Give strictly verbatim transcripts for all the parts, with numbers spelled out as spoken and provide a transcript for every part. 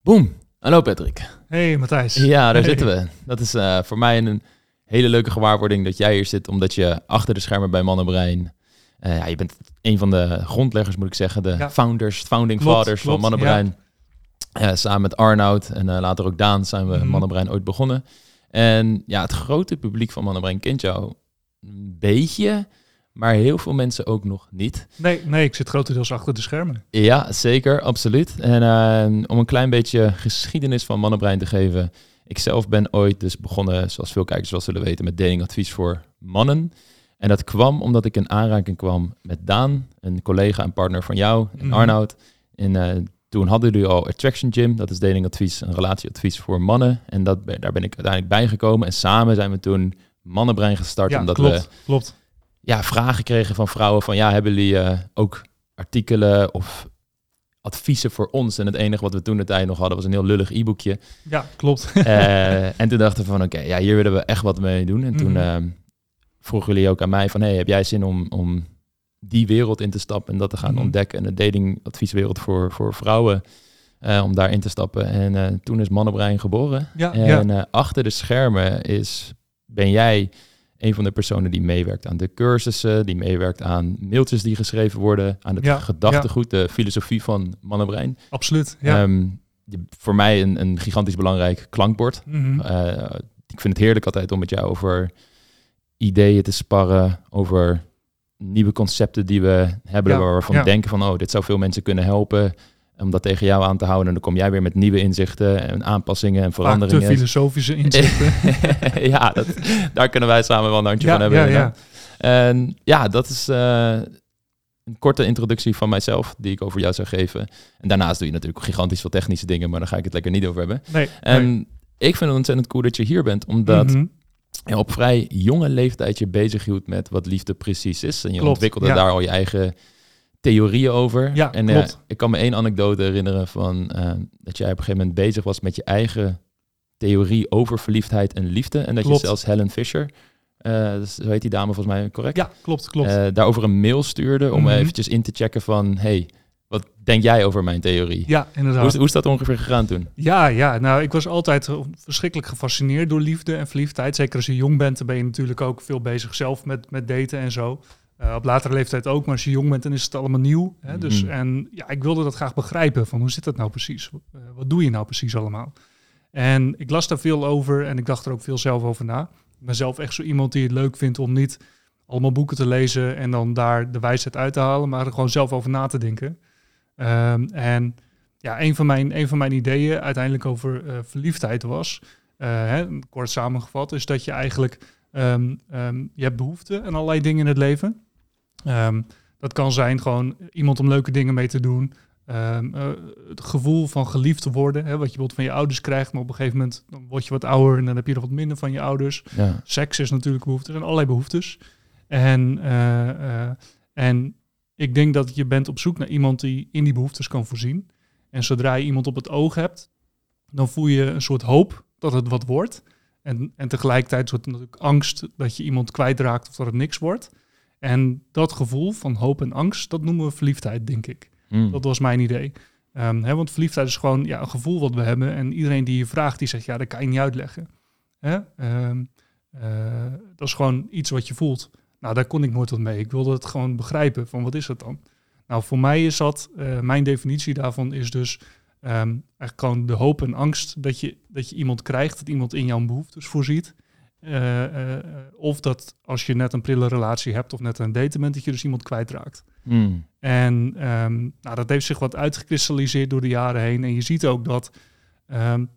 Boom. Hallo Patrick. Hey Matthijs. Ja, daar hey. zitten we. Dat is uh, voor mij een hele leuke gewaarwording dat jij hier zit, omdat je achter de schermen bij Mannenbrein... Uh, ja, je bent een van de grondleggers, moet ik zeggen. De ja. founders, founding klopt, fathers klopt, van Mannenbrein. Ja. Uh, samen met Arnoud en uh, later ook Daan zijn we mm-hmm. Mannenbrein ooit begonnen. En ja, het grote publiek van Mannenbrein kent jou een beetje, maar heel veel mensen ook nog niet. Nee, nee, ik zit grotendeels achter de schermen. Ja, zeker, absoluut. En uh, om een klein beetje geschiedenis van Mannenbrein te geven. Ik zelf ben ooit dus begonnen, zoals veel kijkers wel zullen weten, met datingadvies voor mannen. En dat kwam omdat ik in aanraking kwam met Daan, een collega en partner van jou, en mm-hmm. Arnoud. En uh, toen hadden jullie al Attraction Gym, dat is datingadvies, een relatieadvies voor mannen. En dat, daar ben ik uiteindelijk bijgekomen. En samen zijn we toen Mannenbrein gestart. Ja, omdat klopt, we klopt. Ja, vragen kregen van vrouwen van, ja, hebben jullie uh, ook artikelen of adviezen voor ons? En het enige wat we toen de tijd nog hadden was een heel lullig e-boekje. Ja, klopt. uh, en toen dachten we van, oké, okay, ja, hier willen we echt wat mee doen. En toen... Mm-hmm. Uh, vroegen jullie ook aan mij van, hey, heb jij zin om, om die wereld in te stappen en dat te gaan mm-hmm. ontdekken en de datingadvieswereld voor, voor vrouwen, uh, om daarin te stappen. En uh, toen is Mannenbrein geboren. Ja, en ja. Uh, achter de schermen is, ben jij een van de personen die meewerkt aan de cursussen, die meewerkt aan mailtjes die geschreven worden, aan het ja, gedachtegoed, ja. de filosofie van Mannenbrein. Absoluut, ja. Um, die, voor mij een, een gigantisch belangrijk klankbord. Mm-hmm. Uh, ik vind het heerlijk altijd om met jou over ideeën te sparren, over nieuwe concepten die we hebben, ja, waar we van ja. denken van, oh, dit zou veel mensen kunnen helpen, om dat tegen jou aan te houden. En dan kom jij weer met nieuwe inzichten en aanpassingen en veranderingen. Vaak te filosofische inzichten. Ja, dat, daar kunnen wij samen wel een handje ja, van hebben. Ja, ja. En ja, dat is uh, een korte introductie van mijzelf, die ik over jou zou geven. En daarnaast doe je natuurlijk gigantisch veel technische dingen, maar daar ga ik het lekker niet over hebben. Nee, en nee. ik vind het ontzettend cool dat je hier bent, omdat... Mm-hmm. En op vrij jonge leeftijd je bezig hield met wat liefde precies is. En je klopt, ontwikkelde ja. daar al je eigen theorieën over. Ja, en klopt. Uh, ik kan me één anekdote herinneren van uh, dat jij op een gegeven moment bezig was met je eigen theorie over verliefdheid en liefde. En dat klopt. je zelfs Helen Fisher, uh, zo heet die dame volgens mij, correct? Ja, klopt, klopt. Uh, daarover een mail stuurde om mm-hmm. eventjes in te checken van, hey, wat denk jij over mijn theorie? Ja, inderdaad. Hoe is, hoe is dat ongeveer gegaan toen? Ja, ja, nou, ik was altijd verschrikkelijk gefascineerd door liefde en verliefdheid. Zeker als je jong bent, dan ben je natuurlijk ook veel bezig zelf met, met daten en zo. Uh, op latere leeftijd ook, maar als je jong bent, dan is het allemaal nieuw. Hè? Mm-hmm. Dus, en ja, ik wilde dat graag begrijpen, van hoe zit dat nou precies? Uh, wat doe je nou precies allemaal? En ik las daar veel over en ik dacht er ook veel zelf over na. Ik ben zelf echt zo iemand die het leuk vindt om niet allemaal boeken te lezen en dan daar de wijsheid uit te halen, maar er gewoon zelf over na te denken. Um, en ja, een van mijn, een van mijn ideeën uiteindelijk over uh, verliefdheid was, uh, hè, kort samengevat, is dat je eigenlijk, um, um, je hebt behoefte aan allerlei dingen in het leven. Um, dat kan zijn gewoon iemand om leuke dingen mee te doen. Um, uh, het gevoel van geliefd te worden, hè, wat je bijvoorbeeld van je ouders krijgt, maar op een gegeven moment dan word je wat ouder en dan heb je er wat minder van je ouders. Ja. Seks is natuurlijk een behoefte, er zijn allerlei behoeftes. En, uh, uh, en ik denk dat je bent op zoek naar iemand die in die behoeftes kan voorzien. En zodra je iemand op het oog hebt, dan voel je een soort hoop dat het wat wordt. En, en tegelijkertijd een soort natuurlijk angst dat je iemand kwijtraakt of dat het niks wordt. En dat gevoel van hoop en angst, dat noemen we verliefdheid, denk ik. Mm. Dat was mijn idee. Um, hè, want verliefdheid is gewoon ja, een gevoel wat we hebben. En iedereen die je vraagt, die zegt, ja, dat kan je niet uitleggen. Hè? Um, uh, dat is gewoon iets wat je voelt. Nou, daar kon ik nooit wat mee. Ik wilde het gewoon begrijpen, van wat is dat dan? Nou, voor mij is dat, uh, mijn definitie daarvan is dus um, eigenlijk gewoon de hoop en angst dat je, dat je iemand krijgt, dat iemand in jouw behoeftes voorziet. Uh, uh, of dat als je net een prille relatie hebt of net een date bent, dat je dus iemand kwijtraakt. Mm. En um, nou, dat heeft zich wat uitgekristalliseerd door de jaren heen. En je ziet ook dat, um,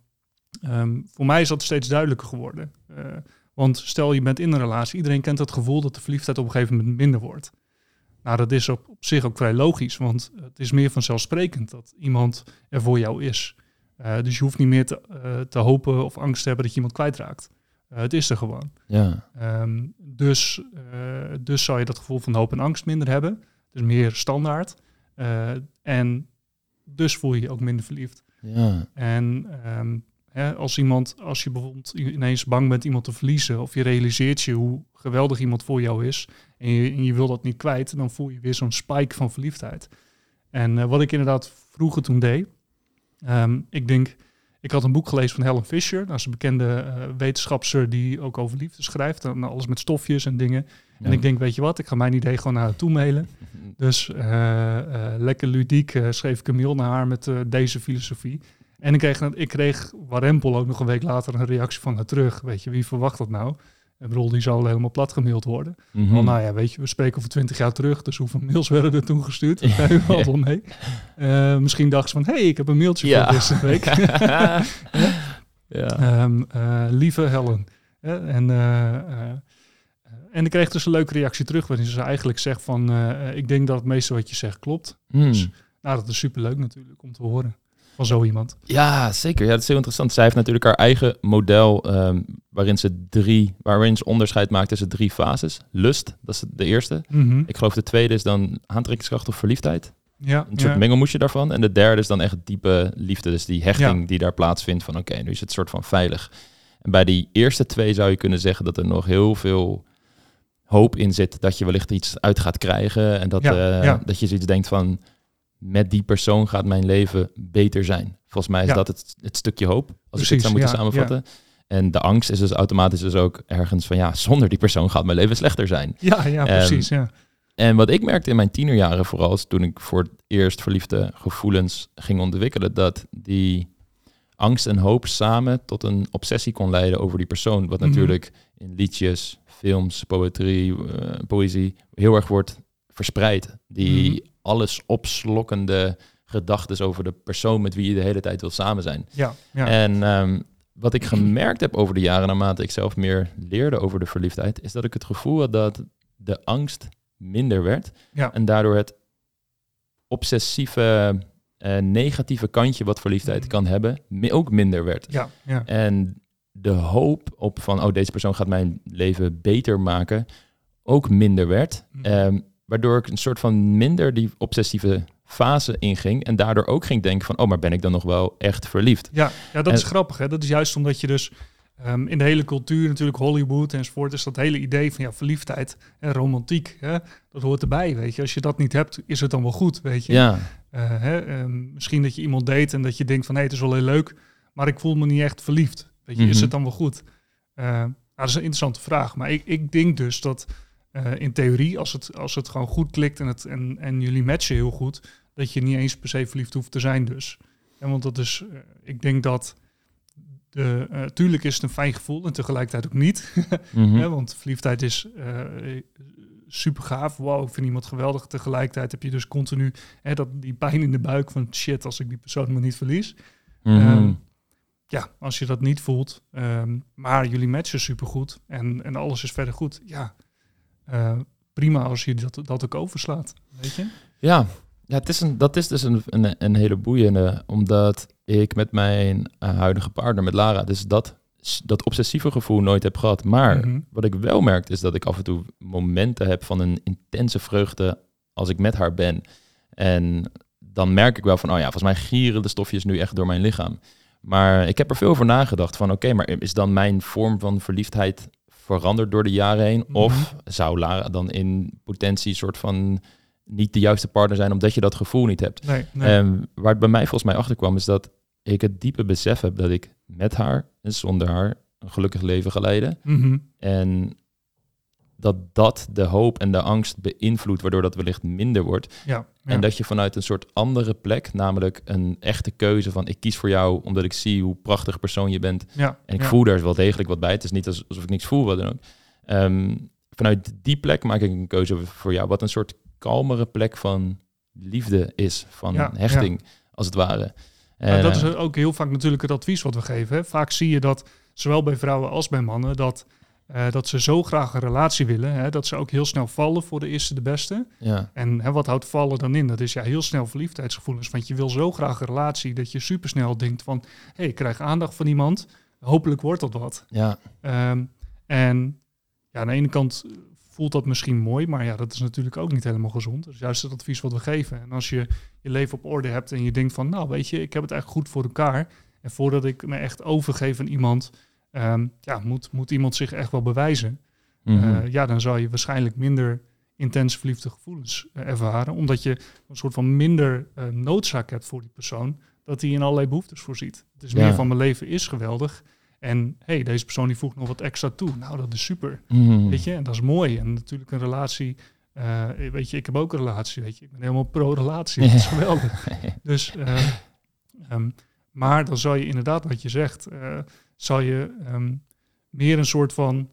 um, voor mij is dat steeds duidelijker geworden. Uh, want stel je bent in een relatie, iedereen kent het gevoel dat de verliefdheid op een gegeven moment minder wordt. Nou, dat is op, op zich ook vrij logisch, want het is meer vanzelfsprekend dat iemand er voor jou is. Uh, dus je hoeft niet meer te, uh, te hopen of angst te hebben dat je iemand kwijtraakt. Uh, het is er gewoon. Ja. Um, dus, uh, dus zou je dat gevoel van hoop en angst minder hebben. Dus meer standaard. Uh, en dus voel je je ook minder verliefd. Ja. En um, hè, als iemand, als je bijvoorbeeld ineens bang bent iemand te verliezen, of je realiseert je hoe geweldig iemand voor jou is, en je, en je wil dat niet kwijt, dan voel je weer zo'n spike van verliefdheid. En uh, wat ik inderdaad vroeger toen deed, Um, ik denk, ik had een boek gelezen van Helen Fisher. Dat is een bekende uh, wetenschapster die ook over liefde schrijft. En alles met stofjes en dingen. Ja. En ik denk, weet je wat, ik ga mijn idee gewoon naar haar toe mailen. Dus uh, uh, lekker ludiek uh, schreef ik een mail naar haar met uh, deze filosofie. En ik kreeg, ik kreeg warempel ook nog een week later een reactie van haar terug. Weet je, wie verwacht dat nou? Ik bedoel, die zal helemaal plat gemaild worden. Mm-hmm. Al, nou ja, weet je, we spreken over twintig jaar terug. Dus hoeveel mails werden er toen gestuurd? Daar ga je wel wel mee. Uh, misschien dacht ze van, hé, hey, ik heb een mailtje ja. voor deze week. ja. ja. Um, uh, lieve Helen. Ja, en, uh, uh, en ik kreeg dus een leuke reactie terug. Waarin ze eigenlijk zegt van, uh, ik denk dat het meeste wat je zegt klopt. Mm. Dus, nou, dat is superleuk natuurlijk om te horen. Van zo iemand. Ja, zeker. Ja, dat is heel interessant. Zij heeft natuurlijk haar eigen model um, waarin ze drie, waarin ze onderscheid maakt tussen drie fases. Lust, dat is de eerste. Mm-hmm. Ik geloof de tweede is dan aantrekkingskracht of verliefdheid. Ja, een soort ja. mengelmoesje daarvan. En de derde is dan echt diepe liefde. Dus die hechting ja. die daar plaatsvindt van oké, okay, nu is het soort van veilig. En bij die eerste twee zou je kunnen zeggen dat er nog heel veel hoop in zit dat je wellicht iets uit gaat krijgen. En dat, ja, uh, ja. dat je zoiets denkt van, met die persoon gaat mijn leven beter zijn. Volgens mij is ja. dat het, het stukje hoop, als Precies, ik het zou moeten ja, samenvatten. Ja. En de angst is dus automatisch dus ook ergens van, ja, zonder die persoon gaat mijn leven slechter zijn. Ja, ja, precies, um, ja. En wat ik merkte in mijn tienerjaren vooral, is toen ik voor het eerst verliefde gevoelens ging ontwikkelen, dat die angst en hoop samen tot een obsessie kon leiden over die persoon. Wat mm-hmm. natuurlijk in liedjes, films, poëtrie, uh, poëzie heel erg wordt verspreid. Die mm-hmm. alles opslokkende gedachten over de persoon met wie je de hele tijd wil samen zijn. Ja, ja. En um, wat ik gemerkt heb over de jaren, naarmate ik zelf meer leerde over de verliefdheid, is dat ik het gevoel had dat de angst minder werd. Ja. En daardoor het obsessieve, uh, negatieve kantje wat verliefdheid mm. kan hebben, mi- ook minder werd. Ja, ja. En de hoop op van, oh, deze persoon gaat mijn leven beter maken, ook minder werd. Mm. Um, waardoor ik een soort van minder die obsessieve fase inging en daardoor ook ging denken van, oh, maar ben ik dan nog wel echt verliefd? Ja, ja dat en, is grappig, hè? Dat is juist omdat je dus um, in de hele cultuur, natuurlijk Hollywood enzovoort, is dat hele idee van ja, verliefdheid en romantiek, hè? Dat hoort erbij, weet je. Als je dat niet hebt, is het dan wel goed, weet je. Ja. Uh, hè? Um, misschien dat je iemand date en dat je denkt van, hé, hey, het is wel heel leuk, maar ik voel me niet echt verliefd. Weet je, mm-hmm. is het dan wel goed? Uh, nou, dat is een interessante vraag, maar ik, ik denk dus dat uh, in theorie, als het, als het gewoon goed klikt en, het, en, en jullie matchen heel goed, dat je niet eens per se verliefd hoeft te zijn dus. En want dat is, uh, ik denk dat, de, uh, tuurlijk is het een fijn gevoel en tegelijkertijd ook niet. Mm-hmm. ja, want verliefdheid is uh, super gaaf. Wow, ik vind iemand geweldig. Tegelijkertijd heb je dus continu hè, dat, die pijn in de buik van shit, als ik die persoon maar niet verlies. Mm-hmm. Um, ja, als je dat niet voelt, um, maar jullie matchen supergoed en, en alles is verder goed. Ja, uh, prima als je dat, dat ook overslaat, weet je? Ja. Ja, het is een, dat is dus een, een, een hele boeiende, omdat ik met mijn uh, huidige partner, met Lara, dus dat, dat obsessieve gevoel nooit heb gehad. Maar mm-hmm. wat ik wel merk, is dat ik af en toe momenten heb van een intense vreugde als ik met haar ben. En dan merk ik wel van, oh ja, volgens mij gieren de stofjes nu echt door mijn lichaam. Maar ik heb er veel over nagedacht van, oké, okay, maar is dan mijn vorm van verliefdheid veranderd door de jaren heen? Mm-hmm. Of zou Lara dan in potentie een soort van niet de juiste partner zijn, omdat je dat gevoel niet hebt. Nee, nee. Um, waar het bij mij volgens mij achter kwam, is dat ik het diepe besef heb dat ik met haar en zonder haar een gelukkig leven ga leiden. Mm-hmm. En dat dat de hoop en de angst beïnvloedt, waardoor dat wellicht minder wordt. Ja, ja. En dat je vanuit een soort andere plek, namelijk een echte keuze van ik kies voor jou omdat ik zie hoe prachtig persoon je bent. Ja, en ik ja. voel daar wel degelijk wat bij. Het is niet alsof ik niks voel, wat dan ook. Um, vanuit die plek maak ik een keuze voor jou, wat een soort kalmere plek van liefde is, van ja, hechting, ja. als het ware. En uh, dat is ook heel vaak natuurlijk het advies wat we geven. Hè? Vaak zie je dat, zowel bij vrouwen als bij mannen, dat, uh, dat ze zo graag een relatie willen, hè? Dat ze ook heel snel vallen voor de eerste de beste. Ja. En hè, wat houdt vallen dan in? Dat is ja heel snel verliefdheidsgevoelens, want je wil zo graag een relatie dat je supersnel denkt van, hé, hey, ik krijg aandacht van iemand, hopelijk wordt dat wat. Ja. Um, en ja, aan de ene kant voelt dat misschien mooi, maar ja, dat is natuurlijk ook niet helemaal gezond. Dat is juist het advies wat we geven. En als je je leven op orde hebt en je denkt van, nou weet je, ik heb het eigenlijk goed voor elkaar. En voordat ik me echt overgeef aan iemand, um, ja, moet, moet iemand zich echt wel bewijzen. Mm-hmm. Uh, ja, dan zal je waarschijnlijk minder intense verliefde gevoelens uh, ervaren. Omdat je een soort van minder uh, noodzaak hebt voor die persoon dat hij in allerlei behoeftes voorziet. Het is Ja. meer van mijn leven is geweldig. En hey, deze persoon die voegt nog wat extra toe. Nou, dat is super. Mm. Weet je, en dat is mooi. En natuurlijk een relatie. Uh, weet je, ik heb ook een relatie. Weet je, ik ben helemaal pro-relatie. Dat is geweldig. Dus, uh, um, maar dan zou je inderdaad, wat je zegt, uh, zou je um, meer een soort van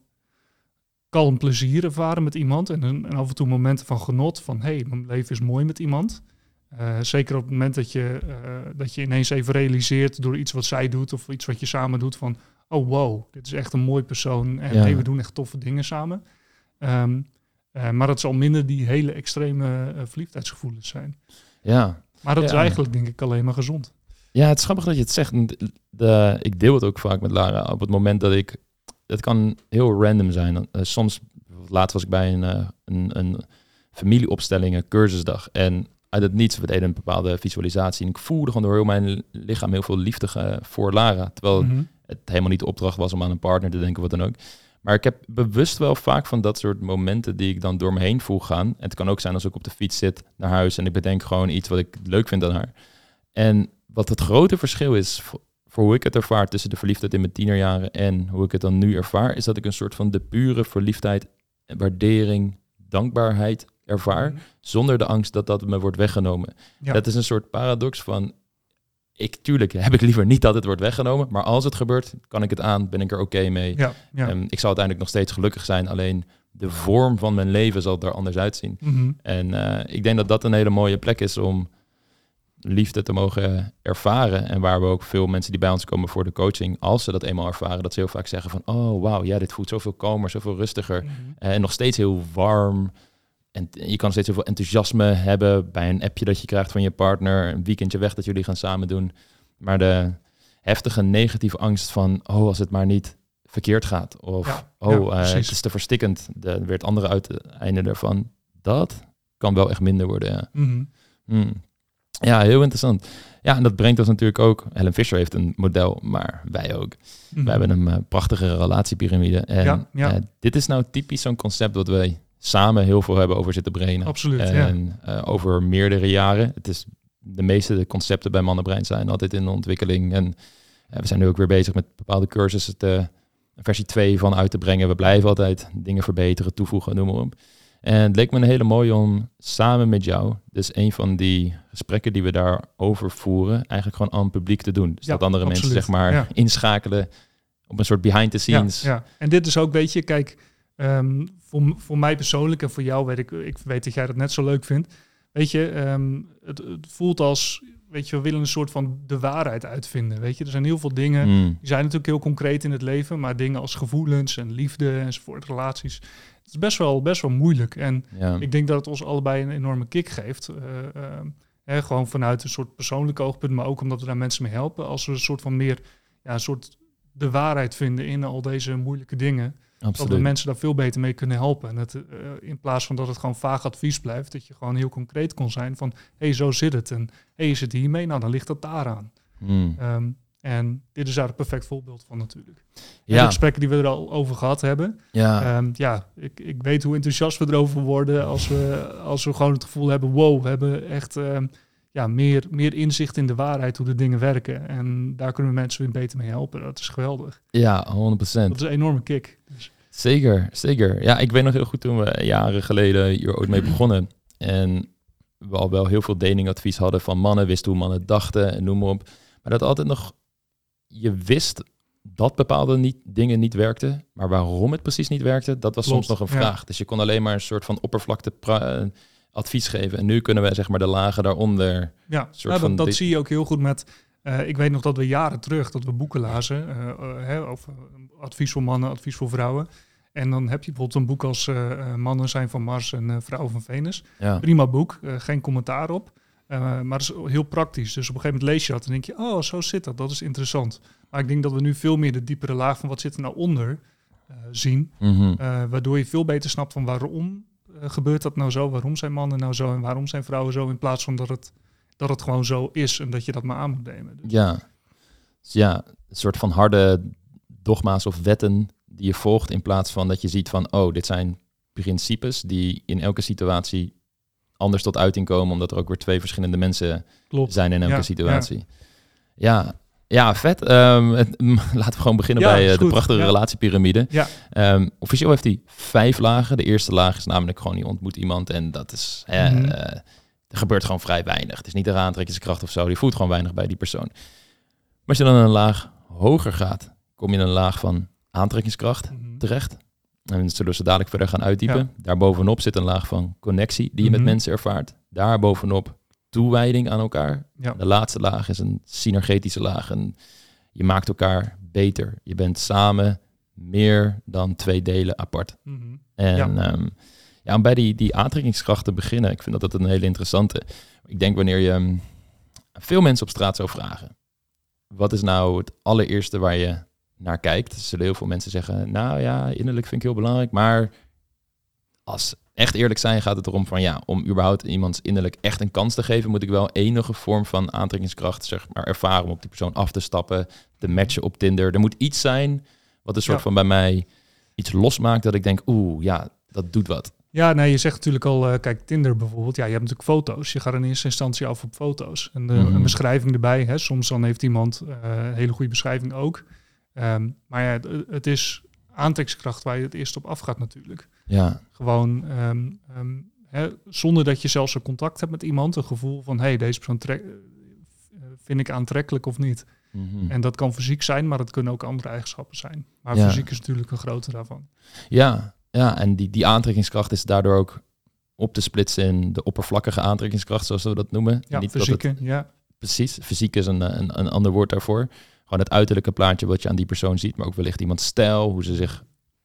kalm plezier ervaren met iemand. En, en af en toe momenten van genot. Van, hé, hey, mijn leven is mooi met iemand. Uh, zeker op het moment dat je, uh, dat je ineens even realiseert door iets wat zij doet of iets wat je samen doet van, oh wow, dit is echt een mooi persoon en Ja. hey, we doen echt toffe dingen samen. Um, uh, maar dat zal minder die hele extreme uh, verliefdheidsgevoelens zijn. Ja. Maar dat Ja. is eigenlijk denk ik alleen maar gezond. Ja, het is grappig dat je het zegt. De, de, ik deel het ook vaak met Lara. Op het moment dat ik... Het kan heel random zijn. Uh, soms, laatst was ik bij een, uh, een, een familieopstelling, een cursusdag. En uit het niets, we deden een bepaalde visualisatie. En ik voelde gewoon door heel mijn lichaam heel veel liefde uh, voor Lara. Terwijl Mm-hmm. het helemaal niet de opdracht was om aan een partner te denken, wat dan ook. Maar ik heb bewust wel vaak van dat soort momenten die ik dan door me heen voel gaan. En het kan ook zijn als ik op de fiets zit naar huis en ik bedenk gewoon iets wat ik leuk vind aan haar. En wat het grote verschil is voor, voor hoe ik het ervaar tussen de verliefdheid in mijn tienerjaren en hoe ik het dan nu ervaar, is dat ik een soort van de pure verliefdheid, waardering, dankbaarheid ervaar, Mm-hmm. zonder de angst dat dat me wordt weggenomen. Ja. Dat is een soort paradox van, ik, tuurlijk heb ik liever niet dat het wordt weggenomen, maar als het gebeurt, kan ik het aan, ben ik er oké okay mee. Ja, ja. Um, ik zal uiteindelijk nog steeds gelukkig zijn, alleen de vorm van mijn leven zal er anders uitzien. Mm-hmm. En uh, ik denk dat dat een hele mooie plek is om liefde te mogen ervaren. En waar we ook veel mensen die bij ons komen voor de coaching, als ze dat eenmaal ervaren, dat ze heel vaak zeggen van, oh wauw, ja, dit voelt zoveel kalmer, zoveel rustiger. Mm-hmm. En nog steeds heel warm. En je kan steeds zoveel enthousiasme hebben bij een appje dat je krijgt van je partner, een weekendje weg dat jullie gaan samen doen. Maar de heftige negatieve angst van, oh, als het maar niet verkeerd gaat. Of, Ja, oh, ja, uh, het is te verstikkend. De, weer het andere uiteinde daarvan. Dat kan wel echt minder worden, ja. Mm-hmm. Hmm. Ja, heel interessant. Ja, en dat brengt ons natuurlijk ook... Helen Fisher heeft een model, maar wij ook. Mm-hmm. We hebben een uh, prachtige relatiepyramide. En Ja, ja. Uh, dit is nou typisch zo'n concept wat wij samen heel veel hebben over zitten brainen. Absoluut, En ja. uh, over meerdere jaren. Het is de meeste de concepten bij Mannenbrein zijn altijd in de ontwikkeling. En uh, we zijn nu ook weer bezig met bepaalde cursussen te, versie twee van uit te brengen. We blijven altijd dingen verbeteren, toevoegen, noem maar op. En het leek me een hele mooie om samen met jou, dus een van die gesprekken die we daarover voeren, eigenlijk gewoon aan het publiek te doen. Dus Ja, dat andere absoluut. mensen zeg maar Ja. inschakelen op een soort behind the scenes. Ja, ja. En dit is ook, weet je, kijk, um, voor, voor mij persoonlijk en voor jou weet ik, ik weet dat jij dat net zo leuk vindt. Weet je, um, het, het voelt als, weet je, we willen een soort van de waarheid uitvinden. Weet je, er zijn heel veel dingen, Mm. die zijn natuurlijk heel concreet in het leven, maar dingen als gevoelens en liefde enzovoort, relaties, het is best wel, best wel moeilijk. En Ja. ik denk dat het ons allebei een enorme kick geeft. Uh, uh, hè, gewoon vanuit een soort persoonlijk oogpunt, maar ook omdat we daar mensen mee helpen. Als we een soort van meer, ja, een soort de waarheid vinden in al deze moeilijke dingen. Dat Absoluut. we mensen daar veel beter mee kunnen helpen. En het, uh, in plaats van dat het gewoon vaag advies blijft, dat je gewoon heel concreet kon zijn van, hé, hey, zo zit het. En hé, hey, is het hiermee? Nou, dan ligt dat daaraan. Mm. Um, en dit is daar een perfect voorbeeld van natuurlijk. En de Ja. gesprekken die we er al over gehad hebben. Ja. Um, ja, ik, ik weet hoe enthousiast we erover worden als we, als we gewoon het gevoel hebben, wow, we hebben echt um, ja, meer, meer inzicht in de waarheid, hoe de dingen werken. En daar kunnen we mensen weer beter mee helpen. Dat is geweldig. ja, honderd procent. Dat is een enorme kick. Dus, Zeker, zeker. Ja, ik weet nog heel goed toen we jaren geleden hier ooit mee begonnen. En we al wel heel veel datingadvies hadden van mannen, wisten hoe mannen dachten en noem maar op. Maar dat altijd nog, je wist dat bepaalde niet, dingen niet werkten, maar waarom het precies niet werkte, dat was Klopt, soms nog een ja. vraag. Dus je kon alleen maar een soort van oppervlakte pra- uh, advies geven. En nu kunnen we zeg maar de lagen daaronder. ja, soort nou, van dat, dat dit- zie je ook heel goed met... Uh, ik weet nog dat we jaren terug, dat we boeken lazen uh, uh, hè, over advies voor mannen, advies voor vrouwen. En dan heb je bijvoorbeeld een boek als uh, uh, Mannen zijn van Mars en uh, Vrouwen van Venus. Ja, Prima boek, uh, geen commentaar op. Uh, maar het is heel praktisch. Dus op een gegeven moment lees je dat en denk je, oh, zo zit dat, dat is interessant. Maar ik denk dat we nu veel meer de diepere laag van wat zit er nou onder uh, zien. mhm. Uh, waardoor je veel beter snapt van waarom uh, gebeurt dat nou zo, waarom zijn mannen nou zo en waarom zijn vrouwen zo, in plaats van dat het, dat het gewoon zo is en dat je dat maar aan moet nemen. Dus, Ja. Dus ja, een soort van harde dogma's of wetten die je volgt in plaats van dat je ziet van, oh, dit zijn principes die in elke situatie anders tot uiting komen, omdat er ook weer twee verschillende mensen klopt. zijn in elke Ja, situatie. Ja, ja vet. Um, het, laten we gewoon beginnen ja, bij uh, de goed. prachtige ja. relatiepyramide. Ja. Um, officieel heeft hij vijf lagen. De eerste laag is namelijk gewoon je ontmoet iemand en dat is... Uh, mm-hmm. uh, er gebeurt gewoon vrij weinig. Het is niet de aantrekkingskracht of zo. Je voelt gewoon weinig bij die persoon. Maar als je dan een laag hoger gaat, kom je in een laag van aantrekkingskracht mm-hmm. terecht. En dat zullen we dadelijk verder gaan uitdiepen. Ja. Daarbovenop zit een laag van connectie die je mm-hmm. met mensen ervaart. Daarbovenop toewijding aan elkaar. Ja. De laatste laag is een synergetische laag. En je maakt elkaar beter. Je bent samen meer dan twee delen apart. Mm-hmm. En ja. Um, ja, om bij die, die aantrekkingskracht te beginnen, ik vind dat dat een hele interessante. Ik denk wanneer je um, veel mensen op straat zou vragen, wat is nou het allereerste waar je naar kijkt? Er zullen heel veel mensen zeggen, nou ja, innerlijk vind ik heel belangrijk, maar als echt eerlijk zijn gaat het erom van ja, om überhaupt iemands innerlijk echt een kans te geven, moet ik wel enige vorm van aantrekkingskracht zeg maar ervaren om op die persoon af te stappen, te matchen op Tinder. Er moet iets zijn wat een soort ja. van bij mij iets losmaakt dat ik denk, oeh, ja, dat doet wat. Ja, nee, je zegt natuurlijk al, uh, kijk, Tinder bijvoorbeeld. Ja, je hebt natuurlijk foto's. Je gaat in eerste instantie af op foto's. En de, mm-hmm. een beschrijving erbij. Hè. Soms dan heeft iemand uh, een hele goede beschrijving ook. Um, maar ja, het, het is aantrekkingskracht waar je het eerst op afgaat natuurlijk. Ja. Gewoon um, um, hè, zonder dat je zelfs een contact hebt met iemand. Een gevoel van, hé, hey, deze persoon trek, uh, vind ik aantrekkelijk of niet. Mm-hmm. En dat kan fysiek zijn, maar het kunnen ook andere eigenschappen zijn. Maar ja. fysiek is natuurlijk een grote daarvan. Ja, ja, en die, die aantrekkingskracht is daardoor ook op te splitsen in de oppervlakkige aantrekkingskracht, zoals we dat noemen. Ja, Niet fysieke, dat het, ja. Precies, fysiek is een, een, een ander woord daarvoor. Gewoon het uiterlijke plaatje wat je aan die persoon ziet, maar ook wellicht iemands stijl, hoe ze zich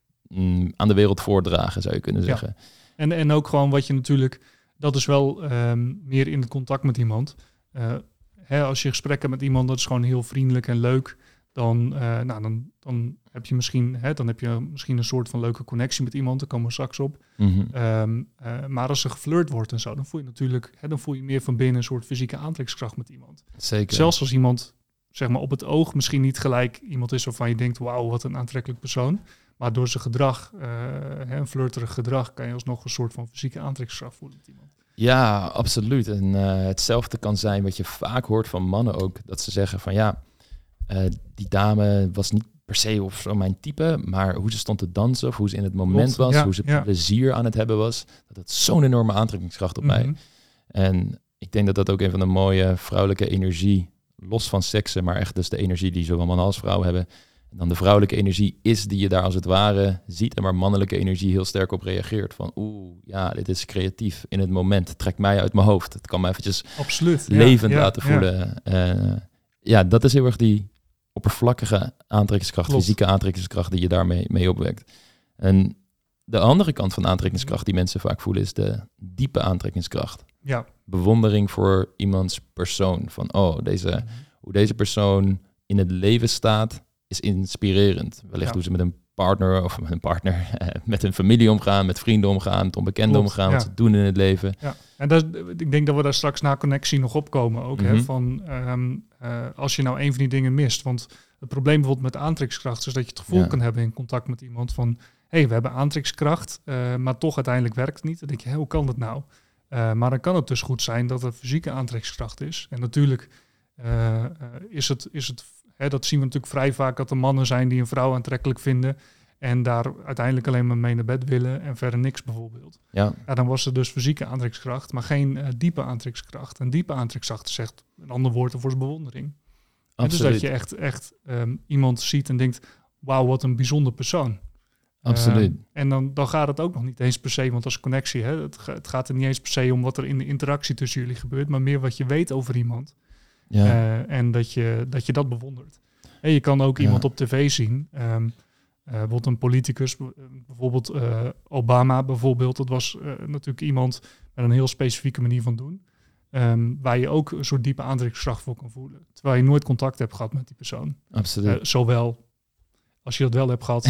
mm, aan de wereld voordragen, zou je kunnen zeggen. Ja. En, en ook gewoon wat je natuurlijk, dat is wel um, meer in het contact met iemand. Uh, hè, als je gesprek hebt met iemand, dat is gewoon heel vriendelijk en leuk. Dan, uh, nou, dan, dan heb je misschien, hè, dan heb je misschien een soort van leuke connectie met iemand. Daar komen we straks op. Mm-hmm. Um, uh, maar als er geflirt wordt en zo, dan voel je natuurlijk, hè, dan voel je meer van binnen een soort fysieke aantrekkingskracht met iemand. Zeker. Zelfs als iemand, zeg maar, op het oog misschien niet gelijk iemand is waarvan je denkt, wauw, wat een aantrekkelijk persoon. Maar door zijn gedrag, uh, hè, een flirterig gedrag, kan je alsnog een soort van fysieke aantrekkingskracht voelen met iemand. Ja, absoluut. En uh, hetzelfde kan zijn wat je vaak hoort van mannen ook, dat ze zeggen van ja, Uh, die dame was niet per se of zo mijn type, maar hoe ze stond te dansen of hoe ze in het moment was, ja, hoe ze ja. plezier aan het hebben was, dat had zo'n enorme aantrekkingskracht op mm-hmm. mij. En ik denk dat dat ook een van de mooie vrouwelijke energie, los van seksen, maar echt dus de energie die zowel mannen als vrouwen hebben, en dan de vrouwelijke energie is die je daar als het ware ziet en waar mannelijke energie heel sterk op reageert. Van oeh, ja, dit is creatief in het moment, het trekt mij uit mijn hoofd. Het kan me eventjes Absoluut, levend ja, laten ja, voelen. Ja. Uh, ja, dat is heel erg die oppervlakkige aantrekkingskracht, Klopt. fysieke aantrekkingskracht die je daarmee mee opwekt. En de andere kant van aantrekkingskracht die mensen vaak voelen is de diepe aantrekkingskracht. Ja. Bewondering voor iemands persoon. Van oh, deze, mm-hmm. hoe deze persoon in het leven staat is inspirerend. Wellicht ja. hoe ze met een partner of met een partner, met een familie omgaan, met vrienden omgaan, met onbekenden Klopt, omgaan, ja. wat ze doen in het leven. Ja, en dat, ik denk dat we daar straks na connectie nog opkomen ook. Mm-hmm. Hè, van um, uh, als je nou een van die dingen mist. Want het probleem bijvoorbeeld met aantrekkingskracht is dat je het gevoel ja. kan hebben in contact met iemand van, hé, hey, we hebben aantrekkingskracht, uh, maar toch uiteindelijk werkt het niet. Dan denk je, hey, hoe kan dat nou? Uh, maar dan kan het dus goed zijn dat er fysieke aantrekkingskracht is. En natuurlijk uh, uh, is het, is het hè, dat zien we natuurlijk vrij vaak, dat er mannen zijn die een vrouw aantrekkelijk vinden en daar uiteindelijk alleen maar mee naar bed willen en verder niks bijvoorbeeld. Ja. Ja, dan was er dus fysieke aantrekkingskracht, maar geen uh, diepe aantrekkingskracht. En diepe aantrekkingskracht zegt een ander woord ervoor is bewondering. En dus dat je echt, echt um, iemand ziet en denkt, wauw, wat een bijzonder persoon. Absoluut. Uh, en dan, dan gaat het ook nog niet eens per se, want als connectie, hè, het, het gaat er niet eens per se om wat er in de interactie tussen jullie gebeurt, maar meer wat je weet over iemand. Ja. Uh, en dat je, dat je dat bewondert. En je kan ook ja. iemand op tv zien, um, uh, bijvoorbeeld een politicus, bijvoorbeeld uh, Obama bijvoorbeeld, dat was uh, natuurlijk iemand met een heel specifieke manier van doen, um, waar je ook een soort diepe aantrekkingskracht voor kan voelen, terwijl je nooit contact hebt gehad met die persoon. Absoluut. Uh, zowel als je dat wel hebt gehad.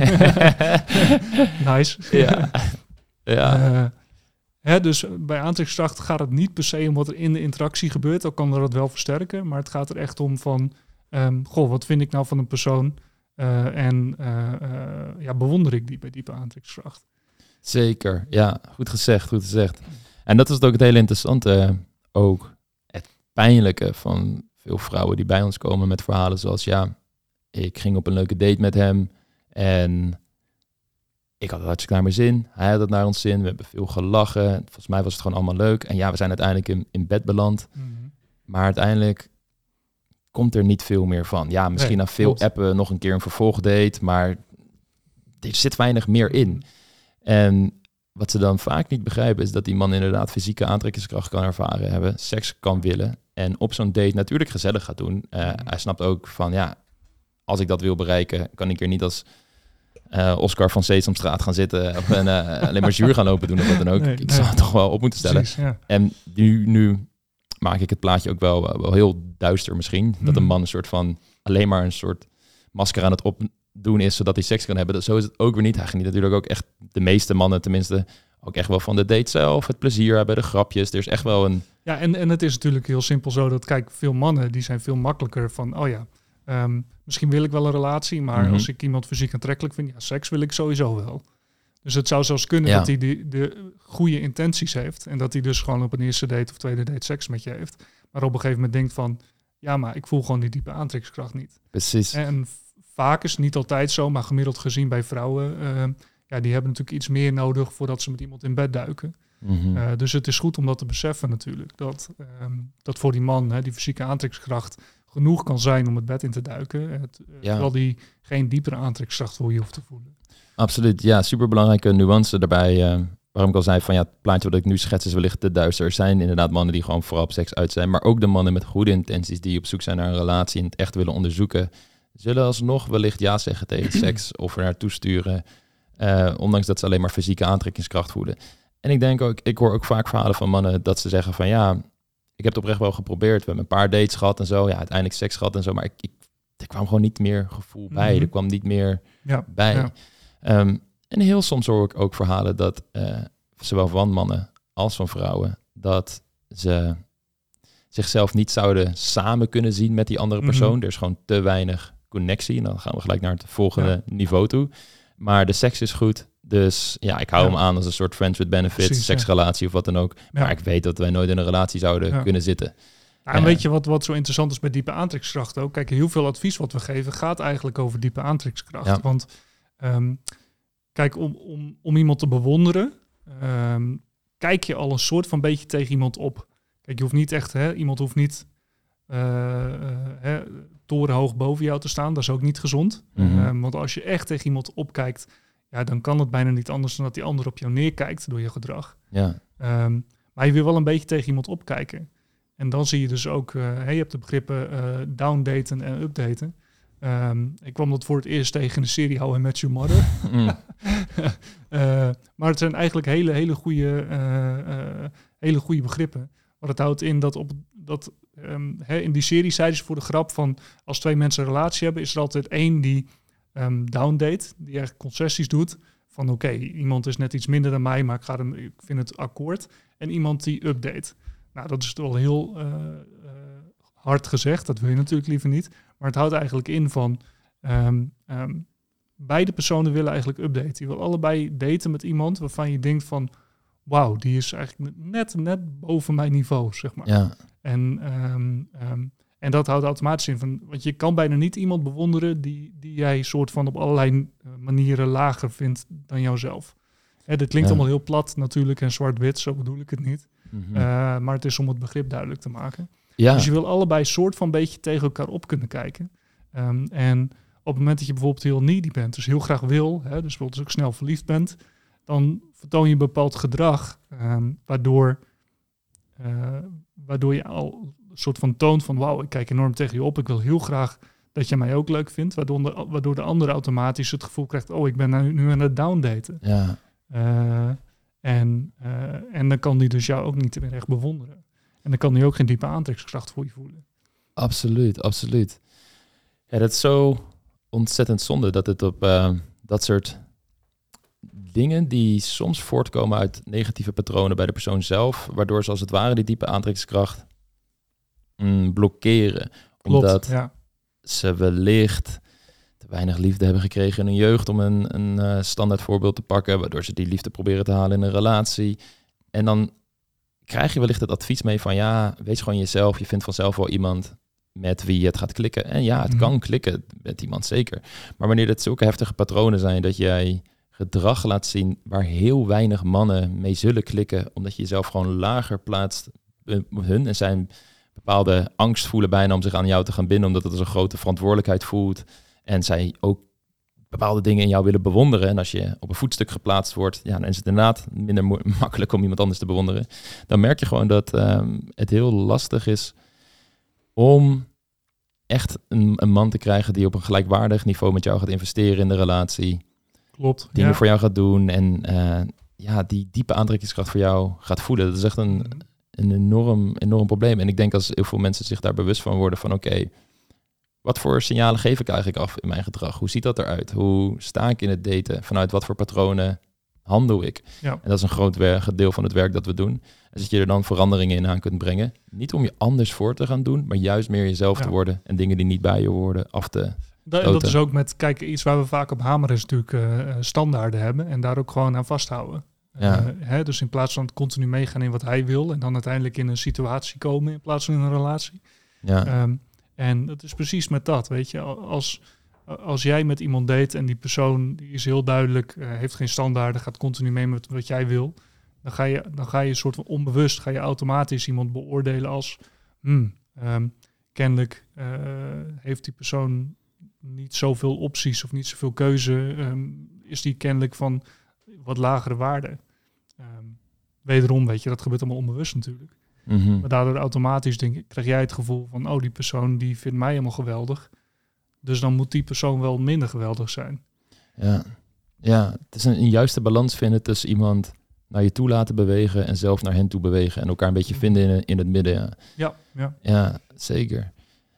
Nice. Ja. ja. Uh, hè, dus bij aantrekkingskracht gaat het niet per se om wat er in de interactie gebeurt. Al kan er dat wel versterken. Maar het gaat er echt om van, um, goh, wat vind ik nou van een persoon? Uh, en uh, uh, ja, bewonder ik die bij diepe aantrekkingskracht. Zeker. Ja, goed gezegd, goed gezegd. En dat is ook het hele interessante, ook het pijnlijke van veel vrouwen die bij ons komen met verhalen zoals... ja, ik ging op een leuke date met hem en ik had het hartstikke naar mijn zin. Hij had het naar ons zin. We hebben veel gelachen. Volgens mij was het gewoon allemaal leuk. En ja, we zijn uiteindelijk in, in bed beland. Mm-hmm. Maar uiteindelijk komt er niet veel meer van. Ja, misschien nee, na veel klopt. appen nog een keer een vervolgdate, maar er zit weinig meer in. En wat ze dan vaak niet begrijpen is dat die man inderdaad fysieke aantrekkingskracht kan ervaren hebben, seks kan willen en op zo'n date natuurlijk gezellig gaat doen. Uh, mm. Hij snapt ook van, ja, als ik dat wil bereiken, kan ik er niet als uh, Oscar van Sesamstraat gaan zitten of een, uh, alleen maar zuur gaan lopen doen of wat dan ook. Nee, ik nee. zou het toch wel op moeten stellen. Precies, ja. En nu, nu maak ik het plaatje ook wel, wel heel duister misschien. Mm. Dat een man een soort van alleen maar een soort masker aan het opdoen is, zodat hij seks kan hebben. Dat, zo is het ook weer niet. Hij geniet natuurlijk ook echt, de meeste mannen tenminste, ook echt wel van de date zelf, het plezier hebben, de grapjes. Er is echt wel een... Ja, en, en het is natuurlijk heel simpel zo dat, kijk, veel mannen, die zijn veel makkelijker van, oh ja, um, misschien wil ik wel een relatie, maar mm-hmm. als ik iemand fysiek aantrekkelijk vind, ja, seks wil ik sowieso wel. Dus het zou zelfs kunnen ja. dat hij de, de goede intenties heeft en dat hij dus gewoon op een eerste date of tweede date seks met je heeft, maar op een gegeven moment denkt van, ja, maar ik voel gewoon die diepe aantrekkingskracht niet. Precies. En vaak is het niet altijd zo, maar gemiddeld gezien bij vrouwen, uh, ja, die hebben natuurlijk iets meer nodig voordat ze met iemand in bed duiken. Mm-hmm. Uh, dus het is goed om dat te beseffen natuurlijk. Dat, um, dat voor die man, hè, die fysieke aantrekkingskracht genoeg kan zijn om het bed in te duiken. Het, uh, ja. Terwijl die geen diepere aantrekkingskracht voor je hoeft te voelen. Absoluut, ja, superbelangrijke nuance daarbij. Uh, waarom ik al zei van ja, het plaatje wat ik nu schets is wellicht te duister. Er zijn inderdaad mannen die gewoon vooral op seks uit zijn. Maar ook de mannen met goede intenties die op zoek zijn naar een relatie en het echt willen onderzoeken, zullen alsnog wellicht ja zeggen tegen seks of er naartoe sturen. Uh, ondanks dat ze alleen maar fysieke aantrekkingskracht voelen. En ik denk ook, ik hoor ook vaak verhalen van mannen dat ze zeggen van ja, ik heb het oprecht wel geprobeerd. We hebben een paar dates gehad en zo. Ja, uiteindelijk seks gehad en zo. Maar ik, ik, er kwam gewoon niet meer gevoel bij. Mm-hmm. Er kwam niet meer ja, bij. Ja. Um, en heel soms hoor ik ook verhalen dat uh, zowel van mannen als van vrouwen, dat ze zichzelf niet zouden samen kunnen zien met die andere persoon. Mm-hmm. Er is gewoon te weinig connectie. En dan gaan we gelijk naar het volgende ja. niveau toe. Maar de seks is goed. Dus ja, ik hou ja. hem aan als een soort friends with benefits, Precies, seksrelatie ja. of wat dan ook. Ja. Maar ik weet dat wij nooit in een relatie zouden ja. kunnen zitten. Ja, en uh, weet je wat, wat zo interessant is met diepe aantrekkingskracht ook? Kijk, heel veel advies wat we geven gaat eigenlijk over diepe aantrekkingskracht. Ja. Want um, kijk, om, om, om iemand te bewonderen, um, kijk je al een soort van beetje tegen iemand op. Kijk, je hoeft niet echt, hè, iemand hoeft niet uh, uh, hè, torenhoog boven jou te staan. Dat is ook niet gezond. Mm-hmm. Um, want als je echt tegen iemand opkijkt, ja, dan kan het bijna niet anders dan dat die ander op jou neerkijkt door je gedrag. Ja. Um, maar je wil wel een beetje tegen iemand opkijken. En dan zie je dus ook, uh, hey, je hebt de begrippen uh, downdaten en updaten. Um, ik kwam dat voor het eerst tegen in de serie How I Met Your Mother. Mm. uh, maar het zijn eigenlijk hele, hele goede, uh, uh, hele goede begrippen. Maar het houdt in dat op dat um, hè, in die serie zeiden ze voor de grap van als twee mensen een relatie hebben, is er altijd één die um, downdate, die eigenlijk concessies doet. Van oké, okay, iemand is net iets minder dan mij, maar ik, ga hem, ik vind het akkoord. En iemand die update. Nou, dat is wel heel uh, uh, hard gezegd. Dat wil je natuurlijk liever niet. Maar het houdt eigenlijk in van um, um, beide personen willen eigenlijk updaten. Die willen allebei daten met iemand waarvan je denkt van wauw, die is eigenlijk net, net boven mijn niveau, zeg maar. Ja. En, um, um, en dat houdt automatisch in van, want je kan bijna niet iemand bewonderen die, die jij soort van op allerlei manieren lager vindt dan jouzelf. Hè, dit klinkt ja. allemaal heel plat natuurlijk en zwart-wit, zo bedoel ik het niet. Mm-hmm. Uh, maar het is om het begrip duidelijk te maken. Ja. Dus je wil allebei soort van beetje tegen elkaar op kunnen kijken. Um, en op het moment dat je bijvoorbeeld heel needy bent, dus heel graag wil, hè, dus bijvoorbeeld ook snel verliefd bent, dan vertoon je een bepaald gedrag, um, waardoor, uh, waardoor je al een soort van toont van wauw, ik kijk enorm tegen je op, ik wil heel graag dat je mij ook leuk vindt, waardoor de, waardoor de ander automatisch het gevoel krijgt, oh, ik ben nu, nu aan het downdaten. Ja. Uh, en, uh, en dan kan die dus jou ook niet meer echt bewonderen. En dan kan die ook geen diepe aantrekkingskracht voor je voelen. Absoluut, absoluut. Ja, dat is zo ontzettend zonde dat het op uh, dat soort dingen die soms voortkomen uit negatieve patronen bij de persoon zelf, waardoor ze als het ware die diepe aantrekkingskracht mm, blokkeren. Klopt, omdat ja. ze wellicht te weinig liefde hebben gekregen in hun jeugd, om een, een uh, standaard voorbeeld te pakken, waardoor ze die liefde proberen te halen in een relatie. En dan krijg je wellicht het advies mee van ja, wees gewoon jezelf, je vindt vanzelf wel iemand. met wie het gaat klikken. En ja, het Mhm. kan klikken met iemand, zeker. Maar wanneer het zulke heftige patronen zijn dat jij gedrag laat zien waar heel weinig mannen mee zullen klikken, omdat je jezelf gewoon lager plaatst uh, hun en zijn bepaalde angst voelen bijna om zich aan jou te gaan binden, omdat het als een grote verantwoordelijkheid voelt en zij ook bepaalde dingen in jou willen bewonderen. En als je op een voetstuk geplaatst wordt, ja, dan is het inderdaad minder mo- makkelijk om iemand anders te bewonderen. Dan merk je gewoon dat um, het heel lastig is om echt een, een man te krijgen die op een gelijkwaardig niveau met jou gaat investeren in de relatie. Klopt. Dingen Ja. voor jou gaat doen en uh, ja, die diepe aantrekkingskracht voor jou gaat voelen. Dat is echt een, een enorm, enorm probleem. En ik denk als heel veel mensen zich daar bewust van worden van oké, okay, wat voor signalen geef ik eigenlijk af in mijn gedrag? Hoe ziet dat eruit? Hoe sta ik in het daten? Vanuit wat voor patronen handel ik? Ja. En dat is een groot werk, deel van het werk dat we doen. En dat je er dan veranderingen in aan kunt brengen. Niet om je anders voor te gaan doen, maar juist meer jezelf ja. te worden en dingen die niet bij je horen af te Da- dat is ook met, kijk, iets waar we vaak op hameren is natuurlijk uh, standaarden hebben en daar ook gewoon aan vasthouden. Ja. Uh, hè, dus in plaats van continu meegaan in wat hij wil en dan uiteindelijk in een situatie komen in plaats van in een relatie. Ja. Um, en dat is precies met dat, weet je. Als, als jij met iemand date en die persoon die is heel duidelijk, uh, heeft geen standaarden, gaat continu mee met wat jij wil, dan ga je, dan ga je een soort van onbewust, ga je automatisch iemand beoordelen als, hmm, um, kennelijk uh, heeft die persoon niet zoveel opties of niet zoveel keuze, um, is die kennelijk van wat lagere waarde. Um, wederom, weet je, dat gebeurt allemaal onbewust natuurlijk. Mm-hmm. Maar daardoor automatisch denk ik, krijg jij het gevoel van, oh, die persoon die vindt mij helemaal geweldig. Dus dan moet die persoon wel minder geweldig zijn. Ja, ja, het is een, een juiste balans vinden tussen iemand naar je toe laten bewegen en zelf naar hen toe bewegen. En elkaar een beetje vinden in, in het midden. Ja, ja, ja. ja zeker.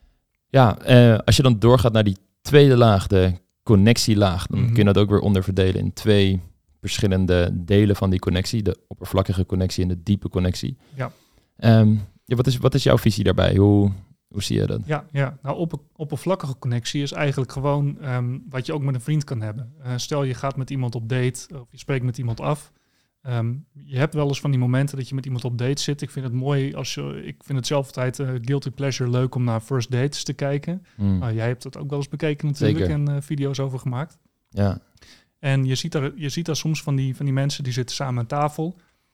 Ja, eh, als je dan doorgaat naar die tweede laag, de connectielaag, dan Mm-hmm. kun je dat ook weer onderverdelen in twee verschillende delen van die connectie. De oppervlakkige connectie en de diepe connectie. Ja. Um, ja, wat is, wat is jouw visie daarbij? Hoe, hoe zie je dat? Ja, ja. Nou, op, oppervlakkige connectie is eigenlijk gewoon um, wat je ook met een vriend kan hebben. Uh, stel je gaat met iemand op date of je spreekt met iemand af. Um, je hebt wel eens van die momenten dat je met iemand op date zit. Ik vind het mooi als je, ik vind het zelf altijd uh, guilty pleasure leuk om naar first dates te kijken. Mm. Uh, jij hebt dat ook wel eens bekeken natuurlijk Zeker. en uh, video's over gemaakt. Ja. En je ziet daar, je ziet daar soms van die, van die mensen die zitten samen aan tafel.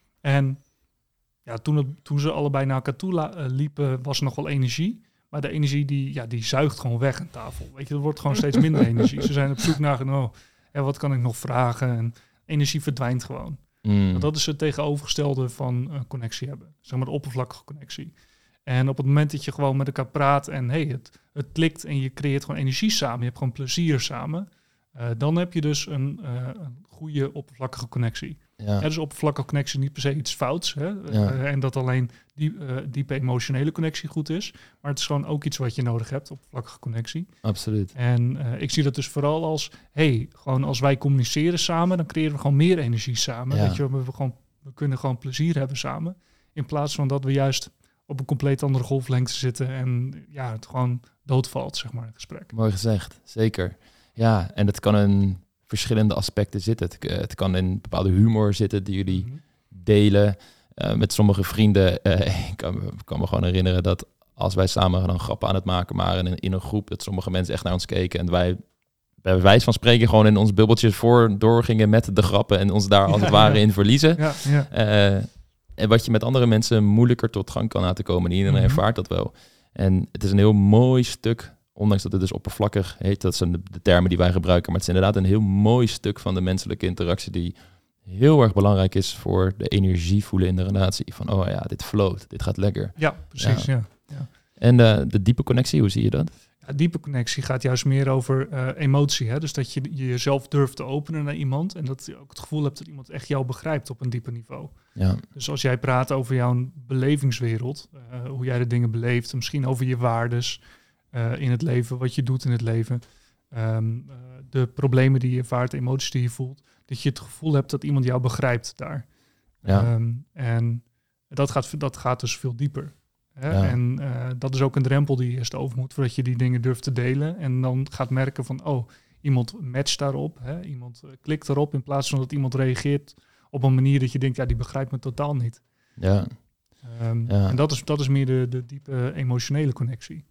En ja, toen, het, toen ze allebei naar elkaar toe la, uh, liepen, was er nog wel energie. Maar de energie die, ja, die zuigt gewoon weg aan tafel. Weet je, er wordt gewoon steeds minder energie. Ze zijn op zoek naar, oh, ja, wat kan ik nog vragen? En energie verdwijnt gewoon. Mm. Dat is het tegenovergestelde van uh, connectie hebben. Zeg maar de oppervlakkige connectie. En op het moment dat je gewoon met elkaar praat en hey, het, het klikt en je creëert gewoon energie samen, je hebt gewoon plezier samen, uh, dan heb je dus een, uh, een goede oppervlakkige connectie. Ja. Ja, dus oppervlakkige connectie niet per se iets fouts. Hè? Ja. Uh, en dat alleen die uh, diepe emotionele connectie goed is. Maar het is gewoon ook iets wat je nodig hebt, oppervlakkige connectie. Absoluut. En uh, ik zie dat dus vooral als, hey, gewoon als wij communiceren samen, dan creëren we gewoon meer energie samen. Ja. Weet je, we, we, gewoon, we kunnen gewoon plezier hebben samen. In plaats van dat we juist op een compleet andere golflengte zitten en ja, het gewoon doodvalt, zeg maar, het gesprek. Mooi gezegd, zeker. Ja, en het kan in verschillende aspecten zitten. Het, uh, het kan in bepaalde humor zitten die jullie Mm-hmm. delen. Uh, met sommige vrienden, uh, ik kan, kan me gewoon herinneren dat als wij samen dan grappen aan het maken waren in, in een groep, dat sommige mensen echt naar ons keken en wij bij wijze van spreken gewoon in ons bubbeltje voor doorgingen met de grappen en ons daar als het ja, ware ja. in verliezen. Ja, ja. Uh, en wat je met andere mensen moeilijker tot gang kan laten komen. En iedereen Mm-hmm. ervaart dat wel. En het is een heel mooi stuk, ondanks dat het dus oppervlakkig heet, dat zijn de, de termen die wij gebruiken, maar het is inderdaad een heel mooi stuk van de menselijke interactie die heel erg belangrijk is voor de energie voelen in de relatie. Van, oh ja, dit float, dit gaat lekker. Ja, precies, ja. ja. ja. En uh, de diepe connectie, hoe zie je dat? Ja, diepe connectie gaat juist meer over uh, emotie. Hè? Dus dat je jezelf durft te openen naar iemand en dat je ook het gevoel hebt dat iemand echt jou begrijpt op een dieper niveau. Ja. Dus als jij praat over jouw belevingswereld, uh, hoe jij de dingen beleeft, misschien over je waardes uh, in het leven, wat je doet in het leven, um, uh, de problemen die je ervaart, de emoties die je voelt, dat je het gevoel hebt dat iemand jou begrijpt daar. Ja. Um, en dat gaat, dat gaat dus veel dieper. Hè? Ja. En uh, dat is ook een drempel die je eerst over moet, voordat je die dingen durft te delen. En dan gaat merken van, oh, iemand matcht daarop. Hè? Iemand uh, klikt erop in plaats van dat iemand reageert op een manier dat je denkt, ja, die begrijpt me totaal niet. Ja. Um, Ja. En dat is, dat is meer de, de diepe emotionele connectie.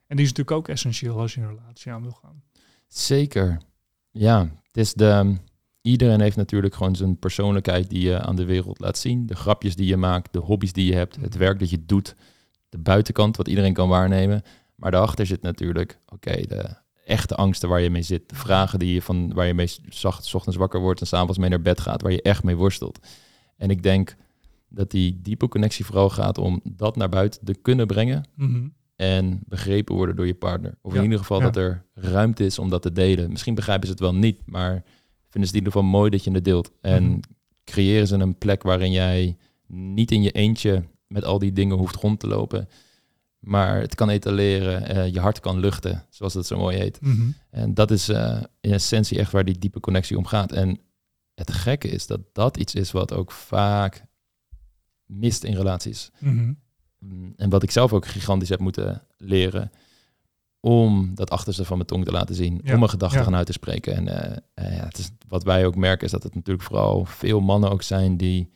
En die is natuurlijk ook essentieel als je een relatie aan wil gaan. Zeker. Ja, het is de... Iedereen heeft natuurlijk gewoon zijn persoonlijkheid die je aan de wereld laat zien. De grapjes die je maakt, de hobby's die je hebt, het werk dat je doet. De buitenkant, wat iedereen kan waarnemen. Maar daarachter zit natuurlijk, oké, okay, de echte angsten waar je mee zit. De vragen die je van waar je mee 's ochtends wakker wordt en 's avonds mee naar bed gaat, waar je echt mee worstelt. En ik denk dat die diepe connectie vooral gaat om dat naar buiten te kunnen brengen. Mm-hmm. En begrepen worden door je partner. Of Ja, in ieder geval ja. dat er ruimte is om dat te delen. Misschien begrijpen ze het wel niet, maar vinden ze het in ieder geval mooi dat je het deelt. En Mm-hmm. creëren ze een plek waarin jij niet in je eentje met al die dingen hoeft rond te lopen. Maar het kan etaleren, uh, je hart kan luchten, zoals dat zo mooi heet. Mm-hmm. En dat is uh, in essentie echt waar die diepe connectie om gaat. En het gekke is dat dat iets is wat ook vaak mist in relaties. Mm-hmm. En wat ik zelf ook gigantisch heb moeten leren, om dat achterste van mijn tong te laten zien. Ja, Om mijn gedachten ja. gaan uit te spreken. En uh, uh, ja, het is, wat wij ook merken is dat het natuurlijk vooral veel mannen ook zijn die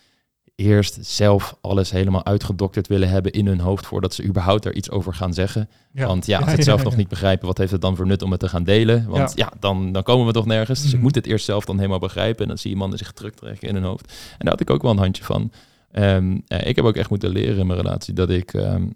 eerst zelf alles helemaal uitgedokterd willen hebben in hun hoofd voordat ze überhaupt er iets over gaan zeggen. Ja. Want ja, als Ja, ze het ja, zelf ja, nog ja. niet begrijpen, wat heeft het dan voor nut om het te gaan delen? Want ja, Ja. dan, dan komen we toch nergens. Dus ik Mhm. moet het eerst zelf dan helemaal begrijpen. En dan zie je mannen zich terugtrekken in hun hoofd. En daar had ik ook wel een handje van. Um, uh, ik heb ook echt moeten leren in mijn relatie dat ik um,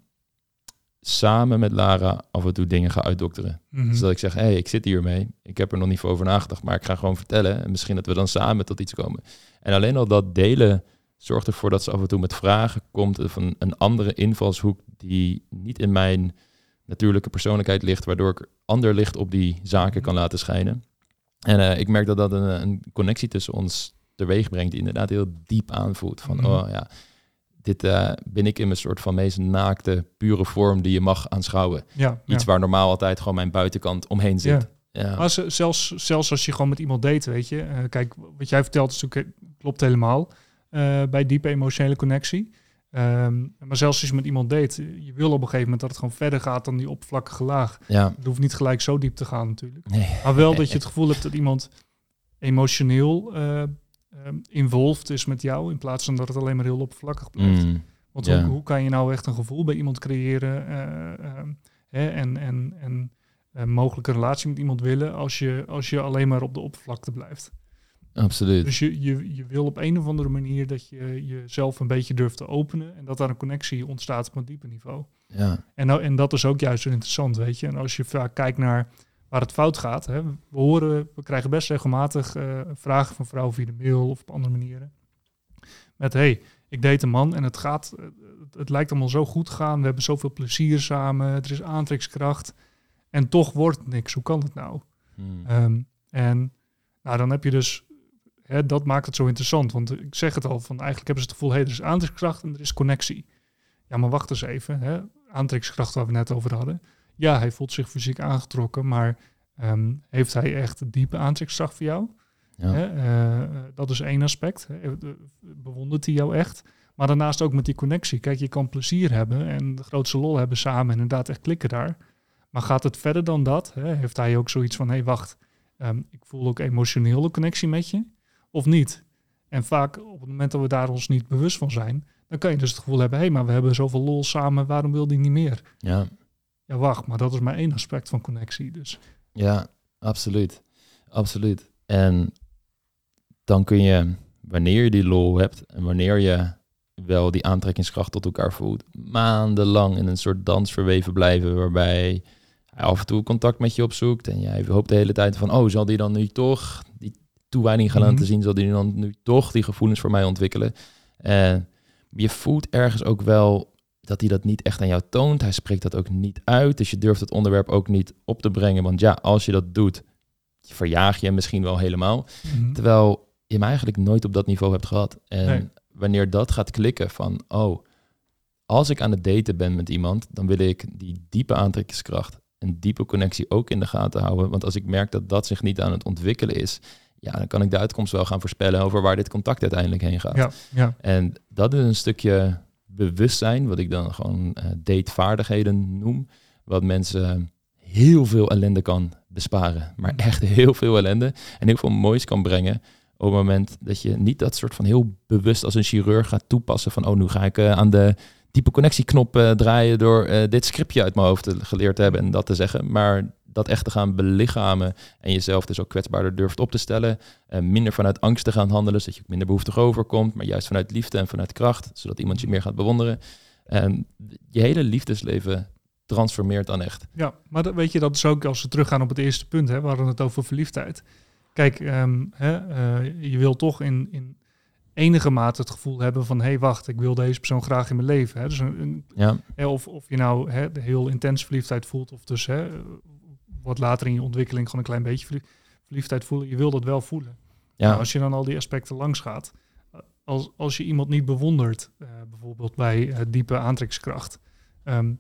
samen met Lara af en toe dingen ga uitdokteren. Mm-hmm. Dus dat ik zeg, hé, hey, ik zit hiermee. Ik heb er nog niet voor over nagedacht, maar ik ga gewoon vertellen. En misschien dat we dan samen tot iets komen. En alleen al dat delen zorgt ervoor dat ze af en toe met vragen komt of een, een andere invalshoek die niet in mijn natuurlijke persoonlijkheid ligt, waardoor ik ander licht op die zaken kan laten schijnen. En uh, ik merk dat dat een, een connectie tussen ons teweeg brengt die inderdaad heel diep aanvoelt. Van, Mm-hmm. oh ja, dit uh, ben ik in mijn soort van meest naakte, pure vorm die je mag aanschouwen. Ja, Iets ja. waar normaal altijd gewoon mijn buitenkant omheen zit. Ja. Ja. Maar ze- zelfs, zelfs als je gewoon met iemand date, weet je. Uh, kijk, wat jij vertelt is natuurlijk, klopt helemaal uh, bij diepe emotionele connectie. Um, maar zelfs als je met iemand date, je wil op een gegeven moment dat het gewoon verder gaat dan die oppervlakkige laag. Ja. Het hoeft niet gelijk zo diep te gaan natuurlijk. Nee. Maar wel dat je het gevoel hebt dat iemand emotioneel uh, um, involved is met jou, in plaats van dat het alleen maar heel oppervlakkig blijft. Mm. Want Ja. hoe, hoe kan je nou echt een gevoel bij iemand creëren uh, um, hè, en, en, en een mogelijke relatie met iemand willen als je, als je alleen maar op de oppervlakte blijft. Absoluut. Dus je, je, je wil op een of andere manier dat je jezelf een beetje durft te openen en dat daar een connectie ontstaat op een dieper niveau. Ja. En, nou, en dat is ook juist weer interessant, weet je. En als je vaak kijkt naar waar het fout gaat, hè, we horen, we krijgen best regelmatig uh, vragen van vrouwen via de mail of op andere manieren. Met, hey, ik date een man en het gaat, het, het lijkt allemaal zo goed te gaan. We hebben zoveel plezier samen, er is aantrekkingskracht. En toch wordt het niks. Hoe kan het nou? Mm. Um, en nou, dan heb je dus, hè, dat maakt het zo interessant. Want ik zeg het al, van eigenlijk hebben ze het gevoel, hey, er is aantrekkingskracht en er is connectie. Ja, maar wacht eens even. Hè? Aantrekkingskracht waar we net over hadden. Ja, hij voelt zich fysiek aangetrokken, maar um, heeft hij echt diepe aantrekkingskracht voor jou? Ja. Hè? Uh, dat is één aspect. Hè? Bewondert hij jou echt? Maar daarnaast ook met die connectie. Kijk, je kan plezier hebben en de grootste lol hebben samen en inderdaad echt klikken daar. Maar gaat het verder dan dat? Hè? Heeft hij ook zoiets van, hé, hey, wacht, um, ik voel ook emotionele connectie met je? Of niet? En vaak op het moment dat we daar ons niet bewust van zijn, dan kan je dus het gevoel hebben, hé, hey, maar we hebben zoveel lol samen, waarom wil die niet meer? Ja. Ja, wacht, maar dat is maar één aspect van connectie. Dus. Ja, absoluut. Absoluut. En dan kun je, wanneer je die lol hebt en wanneer je wel die aantrekkingskracht tot elkaar voelt, maandenlang in een soort dans verweven blijven, waarbij hij af en toe contact met je opzoekt en jij hoopt de hele tijd van, oh, zal die dan nu toch die toewijding gaan Mm-hmm. laten zien? Zal die dan nu toch die gevoelens voor mij ontwikkelen? En je voelt ergens ook wel dat hij dat niet echt aan jou toont. Hij spreekt dat ook niet uit, dus je durft het onderwerp ook niet op te brengen, want ja, als je dat doet, verjaag je hem misschien wel helemaal. Mm-hmm. Terwijl je hem eigenlijk nooit op dat niveau hebt gehad. En Nee. wanneer dat gaat klikken van, oh, als ik aan het daten ben met iemand, dan wil ik die diepe aantrekkingskracht en diepe connectie ook in de gaten houden. Want als ik merk dat dat zich niet aan het ontwikkelen is, ja, dan kan ik de uitkomst wel gaan voorspellen over waar dit contact uiteindelijk heen gaat. Ja, ja. En dat is een stukje bewustzijn, wat ik dan gewoon uh, datevaardigheden noem, wat mensen heel veel ellende kan besparen. Maar echt heel veel ellende en heel veel moois kan brengen op het moment dat je niet dat soort van heel bewust als een chirurg gaat toepassen van, oh, nu ga ik uh, aan de diepe connectieknop uh, draaien door uh, dit scriptje uit mijn hoofd te, geleerd te hebben en dat te zeggen. Maar dat echt te gaan belichamen en jezelf dus ook kwetsbaarder durft op te stellen. Uh, minder vanuit angst te gaan handelen, zodat je ook minder behoeftig overkomt. Maar juist vanuit liefde en vanuit kracht, zodat iemand je meer gaat bewonderen. En je hele liefdesleven transformeert dan echt. Ja, maar dat, weet je, dat is ook als we teruggaan op het eerste punt. Hè, we hadden het over verliefdheid. Kijk, um, hè, uh, je wil toch in, in enige mate het gevoel hebben van... hé, hey, wacht, ik wil deze persoon graag in mijn leven. Hè. Dus een, een, ja. hè, of, of je nou hè, de heel intense verliefdheid voelt... of dus hè, wat later in je ontwikkeling gewoon een klein beetje verliefdheid voelen. Je wil dat wel voelen. Ja. Nou, als je dan al die aspecten langs gaat... Als, als je iemand niet bewondert, uh, bijvoorbeeld bij uh, diepe aantrekkingskracht... Um,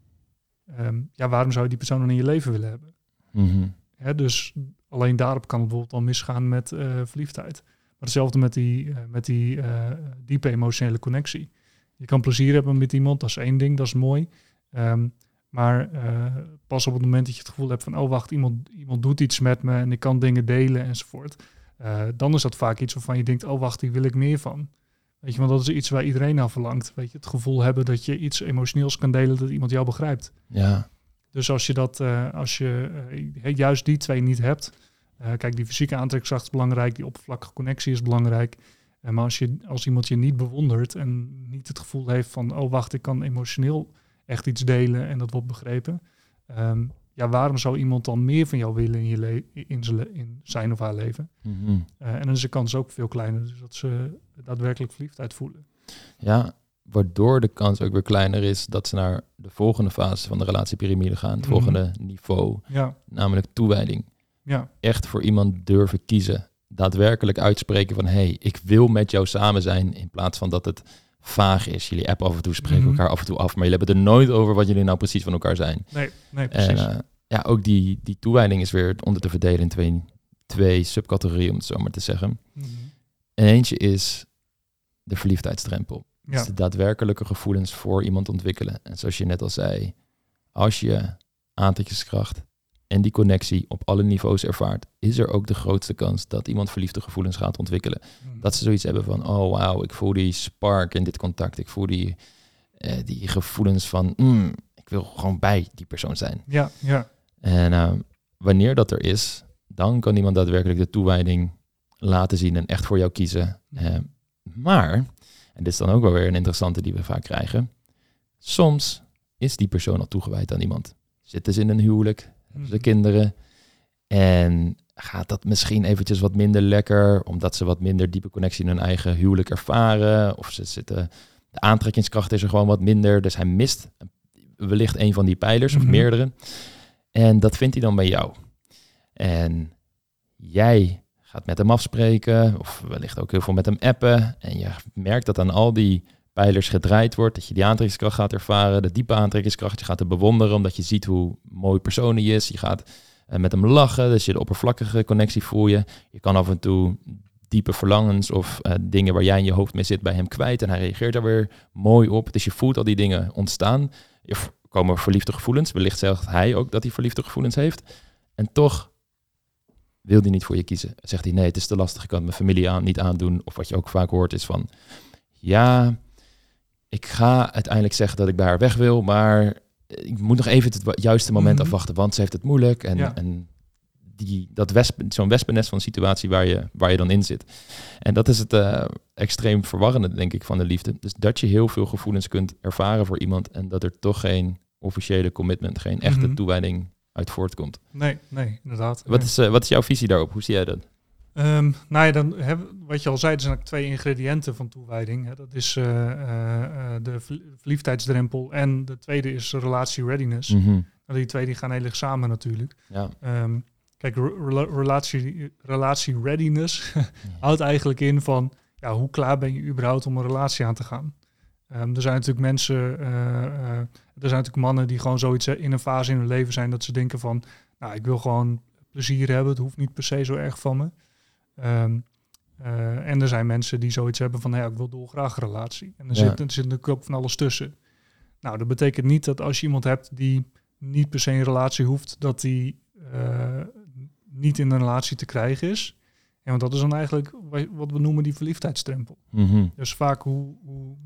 um, ja, waarom zou je die persoon dan in je leven willen hebben? Mm-hmm. Hè, dus alleen daarop kan het bijvoorbeeld al misgaan met uh, verliefdheid. Maar hetzelfde met die, uh, met die uh, diepe emotionele connectie. Je kan plezier hebben met iemand, dat is één ding, dat is mooi. Um, maar uh, pas op het moment dat je het gevoel hebt van... oh wacht, iemand, iemand doet iets met me en ik kan dingen delen enzovoort... Uh, dan is dat vaak iets waarvan je denkt... oh wacht, hier wil ik meer van. Weet je, want dat is iets waar iedereen naar verlangt. Weet je, het gevoel hebben dat je iets emotioneels kan delen... dat iemand jou begrijpt. Ja. Dus als je dat, uh, als je uh, juist die twee niet hebt... Uh, kijk, die fysieke aantrekkingskracht is belangrijk... die oppervlakkige connectie is belangrijk... Uh, maar als, je, als iemand je niet bewondert... en niet het gevoel heeft van... oh wacht, ik kan emotioneel echt iets delen... en dat wordt begrepen... Um, ja, waarom zou iemand dan meer van jou willen in, je le- in, zijn, in zijn of haar leven? Mm-hmm. Uh, en dan is de kans ook veel kleiner, dus dat ze daadwerkelijk verliefdheid voelen. Ja, waardoor de kans ook weer kleiner is dat ze naar de volgende fase van de relatiepyramide gaan. Het Mm-hmm. volgende niveau, Ja. namelijk toewijding. Ja. Echt voor iemand durven kiezen. Daadwerkelijk uitspreken van, hé, hey, ik wil met jou samen zijn, in plaats van dat het vaag is. Jullie appen af en toe, spreken Mm-hmm. elkaar af en toe af, maar jullie hebben het er nooit over wat jullie nou precies van elkaar zijn. Nee, nee, precies. En uh, ja, ook die, die toewijding is weer onder te verdelen in twee, twee subcategorieën, om het zo maar te zeggen. Mm-hmm. En eentje is de verliefdheidsdrempel. Ja. Dus de daadwerkelijke gevoelens voor iemand ontwikkelen. En zoals je net al zei, als je aantrekkingskracht en die connectie op alle niveaus ervaart, is er ook de grootste kans dat iemand verliefde gevoelens gaat ontwikkelen. Mm-hmm. Dat ze zoiets hebben van, oh wauw, ik voel die spark in dit contact. Ik voel die, eh, die gevoelens van, mm, ik wil gewoon bij die persoon zijn. Ja, ja. En uh, wanneer dat er is, dan kan iemand daadwerkelijk de toewijding laten zien en echt voor jou kiezen. Uh, maar, en dit is dan ook wel weer een interessante die we vaak krijgen, soms is die persoon al toegewijd aan iemand. Zitten ze in een huwelijk, hebben ze kinderen en gaat dat misschien eventjes wat minder lekker, omdat ze wat minder diepe connectie in hun eigen huwelijk ervaren, of ze zitten, de aantrekkingskracht is er gewoon wat minder, dus hij mist wellicht een van die pijlers, mm-hmm. of meerdere. En dat vindt hij dan bij jou. En jij gaat met hem afspreken, of wellicht ook heel veel met hem appen. En je merkt dat aan al die pijlers gedraaid wordt, dat je die aantrekkingskracht gaat ervaren, de diepe aantrekkingskracht. Je gaat hem bewonderen, omdat je ziet hoe mooi persoon hij is. Je gaat uh, met hem lachen, dus je de oppervlakkige connectie voel je. Je kan af en toe diepe verlangens of uh, dingen waar jij in je hoofd mee zit bij hem kwijt. En hij reageert daar weer mooi op. Dus je voelt al die dingen ontstaan. Je komen verliefde gevoelens. Wellicht zegt hij ook dat hij verliefde gevoelens heeft. En toch wil hij niet voor je kiezen. Zegt hij, nee, het is te lastig. Ik kan het mijn familie aan, niet aandoen. Of wat je ook vaak hoort is van, ja, ik ga uiteindelijk zeggen dat ik bij haar weg wil, maar ik moet nog even het juiste moment mm-hmm. afwachten, want ze heeft het moeilijk. En, ja. en die, dat wesp, zo'n wespennest van een situatie waar je, waar je dan in zit. En dat is het uh, extreem verwarrende, denk ik, van de liefde. Dus dat je heel veel gevoelens kunt ervaren voor iemand en dat er toch geen officiële commitment, geen echte mm-hmm. toewijding uit voortkomt. Nee, nee, inderdaad. Wat, nee. is, uh, wat is jouw visie daarop? Hoe zie jij dat? Um, nou ja, dan hebben, wat je al zei, er zijn twee ingrediënten van toewijding. Hè. Dat is uh, uh, de verliefdheidsdrempel en de tweede is relatie readiness. Mm-hmm. Nou, die twee die gaan heel erg samen natuurlijk. Ja. Um, kijk, re- relatie, relatie readiness houdt eigenlijk in van, ja, hoe klaar ben je überhaupt om een relatie aan te gaan? Um, er zijn natuurlijk mensen, uh, uh, er zijn natuurlijk mannen die gewoon zoiets in een fase in hun leven zijn dat ze denken van, nou, ik wil gewoon plezier hebben, het hoeft niet per se zo erg van me. Um, uh, en er zijn mensen die zoiets hebben van, hey, ik wil dolgraag een relatie. En er, ja. zit, er zit natuurlijk ook van alles tussen. Nou, dat betekent niet dat als je iemand hebt die niet per se een relatie hoeft, dat die uh, niet in een relatie te krijgen is. En want dat is dan eigenlijk wat we noemen die verliefdheidsdrempel. Mm-hmm. Dus vaak hoe, hoe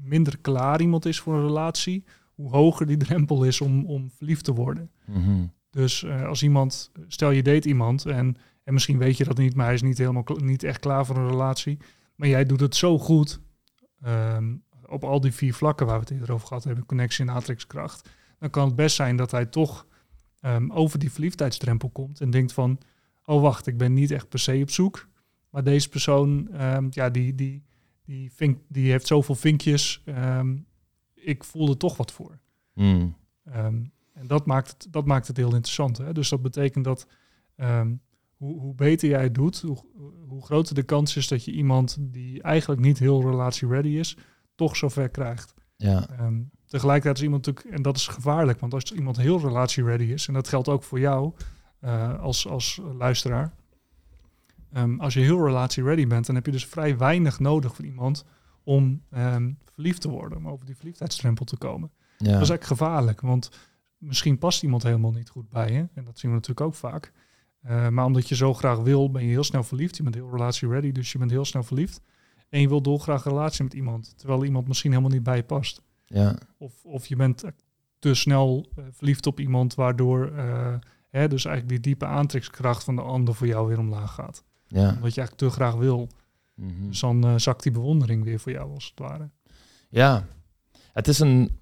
minder klaar iemand is voor een relatie, hoe hoger die drempel is om, om verliefd te worden. Mm-hmm. Dus uh, als iemand, stel je date iemand en, en misschien weet je dat niet, maar hij is niet helemaal niet echt klaar voor een relatie, maar jij doet het zo goed um, op al die vier vlakken waar we het eerder over gehad hebben, connectie en aantrekkingskracht, dan kan het best zijn dat hij toch um, over die verliefdheidsdrempel komt en denkt van, oh wacht, ik ben niet echt per se op zoek, maar deze persoon, um, ja, die, die, die, vink, die heeft zoveel vinkjes, um, ik voel er toch wat voor. Mm. Um, en dat maakt het, dat maakt het heel interessant. Hè? Dus dat betekent dat um, hoe, hoe beter jij het doet, hoe, hoe groter de kans is dat je iemand die eigenlijk niet heel relatie-ready is, toch zover krijgt. Ja. Um, tegelijkertijd is iemand natuurlijk, en dat is gevaarlijk, want als iemand heel relatie-ready is, en dat geldt ook voor jou uh, als, als luisteraar, um, als je heel relatie-ready bent, dan heb je dus vrij weinig nodig van iemand om um, verliefd te worden, om over die verliefdheidsdrempel te komen. Ja. Dat is eigenlijk gevaarlijk, want misschien past iemand helemaal niet goed bij je. En dat zien we natuurlijk ook vaak. Uh, maar omdat je zo graag wil, ben je heel snel verliefd. Je bent heel relatie-ready, dus je bent heel snel verliefd. En je wil dolgraag een relatie met iemand, terwijl iemand misschien helemaal niet bij je past. Ja. Of, of je bent te snel uh, verliefd op iemand, waardoor uh, hè, dus eigenlijk die diepe aantrekkingskracht van de ander voor jou weer omlaag gaat. Ja. Omdat je eigenlijk te graag wil. Mm-hmm. Dus dan uh, zakt die bewondering weer voor jou, als het ware. Ja, het is een,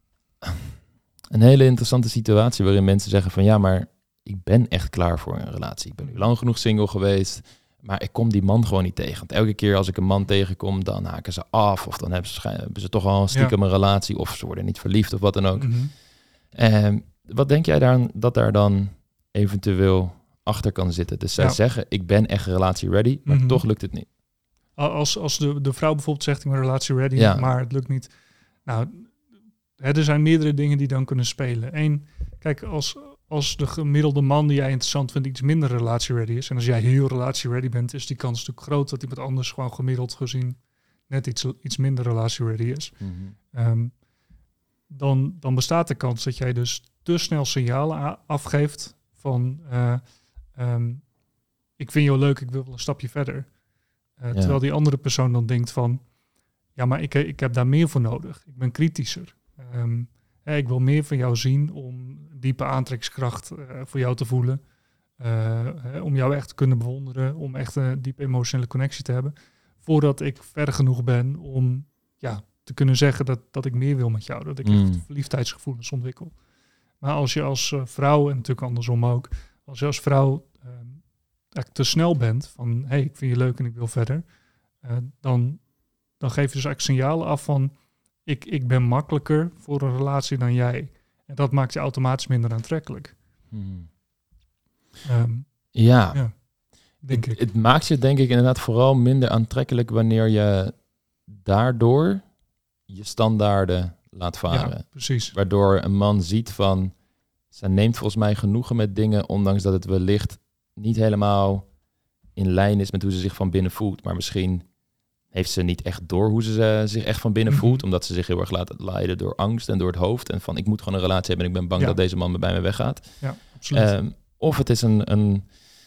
een hele interessante situatie waarin mensen zeggen van ja, maar ik ben echt klaar voor een relatie. Ik ben nu lang genoeg single geweest, maar ik kom die man gewoon niet tegen. Want elke keer als ik een man tegenkom, dan haken ze af of dan hebben ze, hebben ze toch al een stiekem een relatie of ze worden niet verliefd of wat dan ook. Mm-hmm. En wat denk jij daar, dat daar dan eventueel achter kan zitten? Dus zij Ja. zeggen, ik ben echt relatie ready, maar Mm-hmm. toch lukt het niet. Als, als de, de vrouw bijvoorbeeld zegt, ik ben relatie ready, Ja. maar het lukt niet. Nou, hè, er zijn meerdere dingen die dan kunnen spelen. Eén, kijk, als, als de gemiddelde man die jij interessant vindt iets minder relatie ready is, en als jij heel relatie ready bent, is die kans natuurlijk groot dat iemand anders gewoon gemiddeld gezien net iets, iets minder relatie ready is. Mm-hmm. Um, dan, dan bestaat de kans dat jij dus te snel signalen a- afgeeft van uh, um, ik vind jou leuk, ik wil wel een stapje verder. Uh, Ja. Terwijl die andere persoon dan denkt van, ja, maar ik, ik heb daar meer voor nodig. Ik ben kritischer. Um, hè, ik wil meer van jou zien om diepe aantrekkingskracht uh, voor jou te voelen. Uh, hè, om jou echt te kunnen bewonderen. Om echt een diepe emotionele connectie te hebben. Voordat ik ver genoeg ben om ja, te kunnen zeggen dat, dat ik meer wil met jou. Dat ik Mm. echt verliefdheidsgevoelens ontwikkel. Maar als je als uh, vrouw, en natuurlijk andersom ook, als je als vrouw um, te snel bent van, hey, ik vind je leuk en ik wil verder, uh, dan, dan geef je dus eigenlijk signalen af van, ik, ik ben makkelijker voor een relatie dan jij. En dat maakt je automatisch minder aantrekkelijk. Mm-hmm. Um, Ja, ja, denk het, ik. het maakt je denk ik inderdaad vooral minder aantrekkelijk wanneer je daardoor je standaarden laat varen. Ja, precies. Waardoor een man ziet van, zij neemt volgens mij genoegen met dingen, ondanks dat het wellicht niet helemaal in lijn is met hoe ze zich van binnen voelt. Maar misschien heeft ze niet echt door hoe ze zich echt van binnen Mm-hmm. voelt, omdat ze zich heel erg laat leiden door angst en door het hoofd. En van, ik moet gewoon een relatie hebben en ik ben bang Ja. dat deze man bij me weggaat. Ja, absoluut. Um, of het is een, een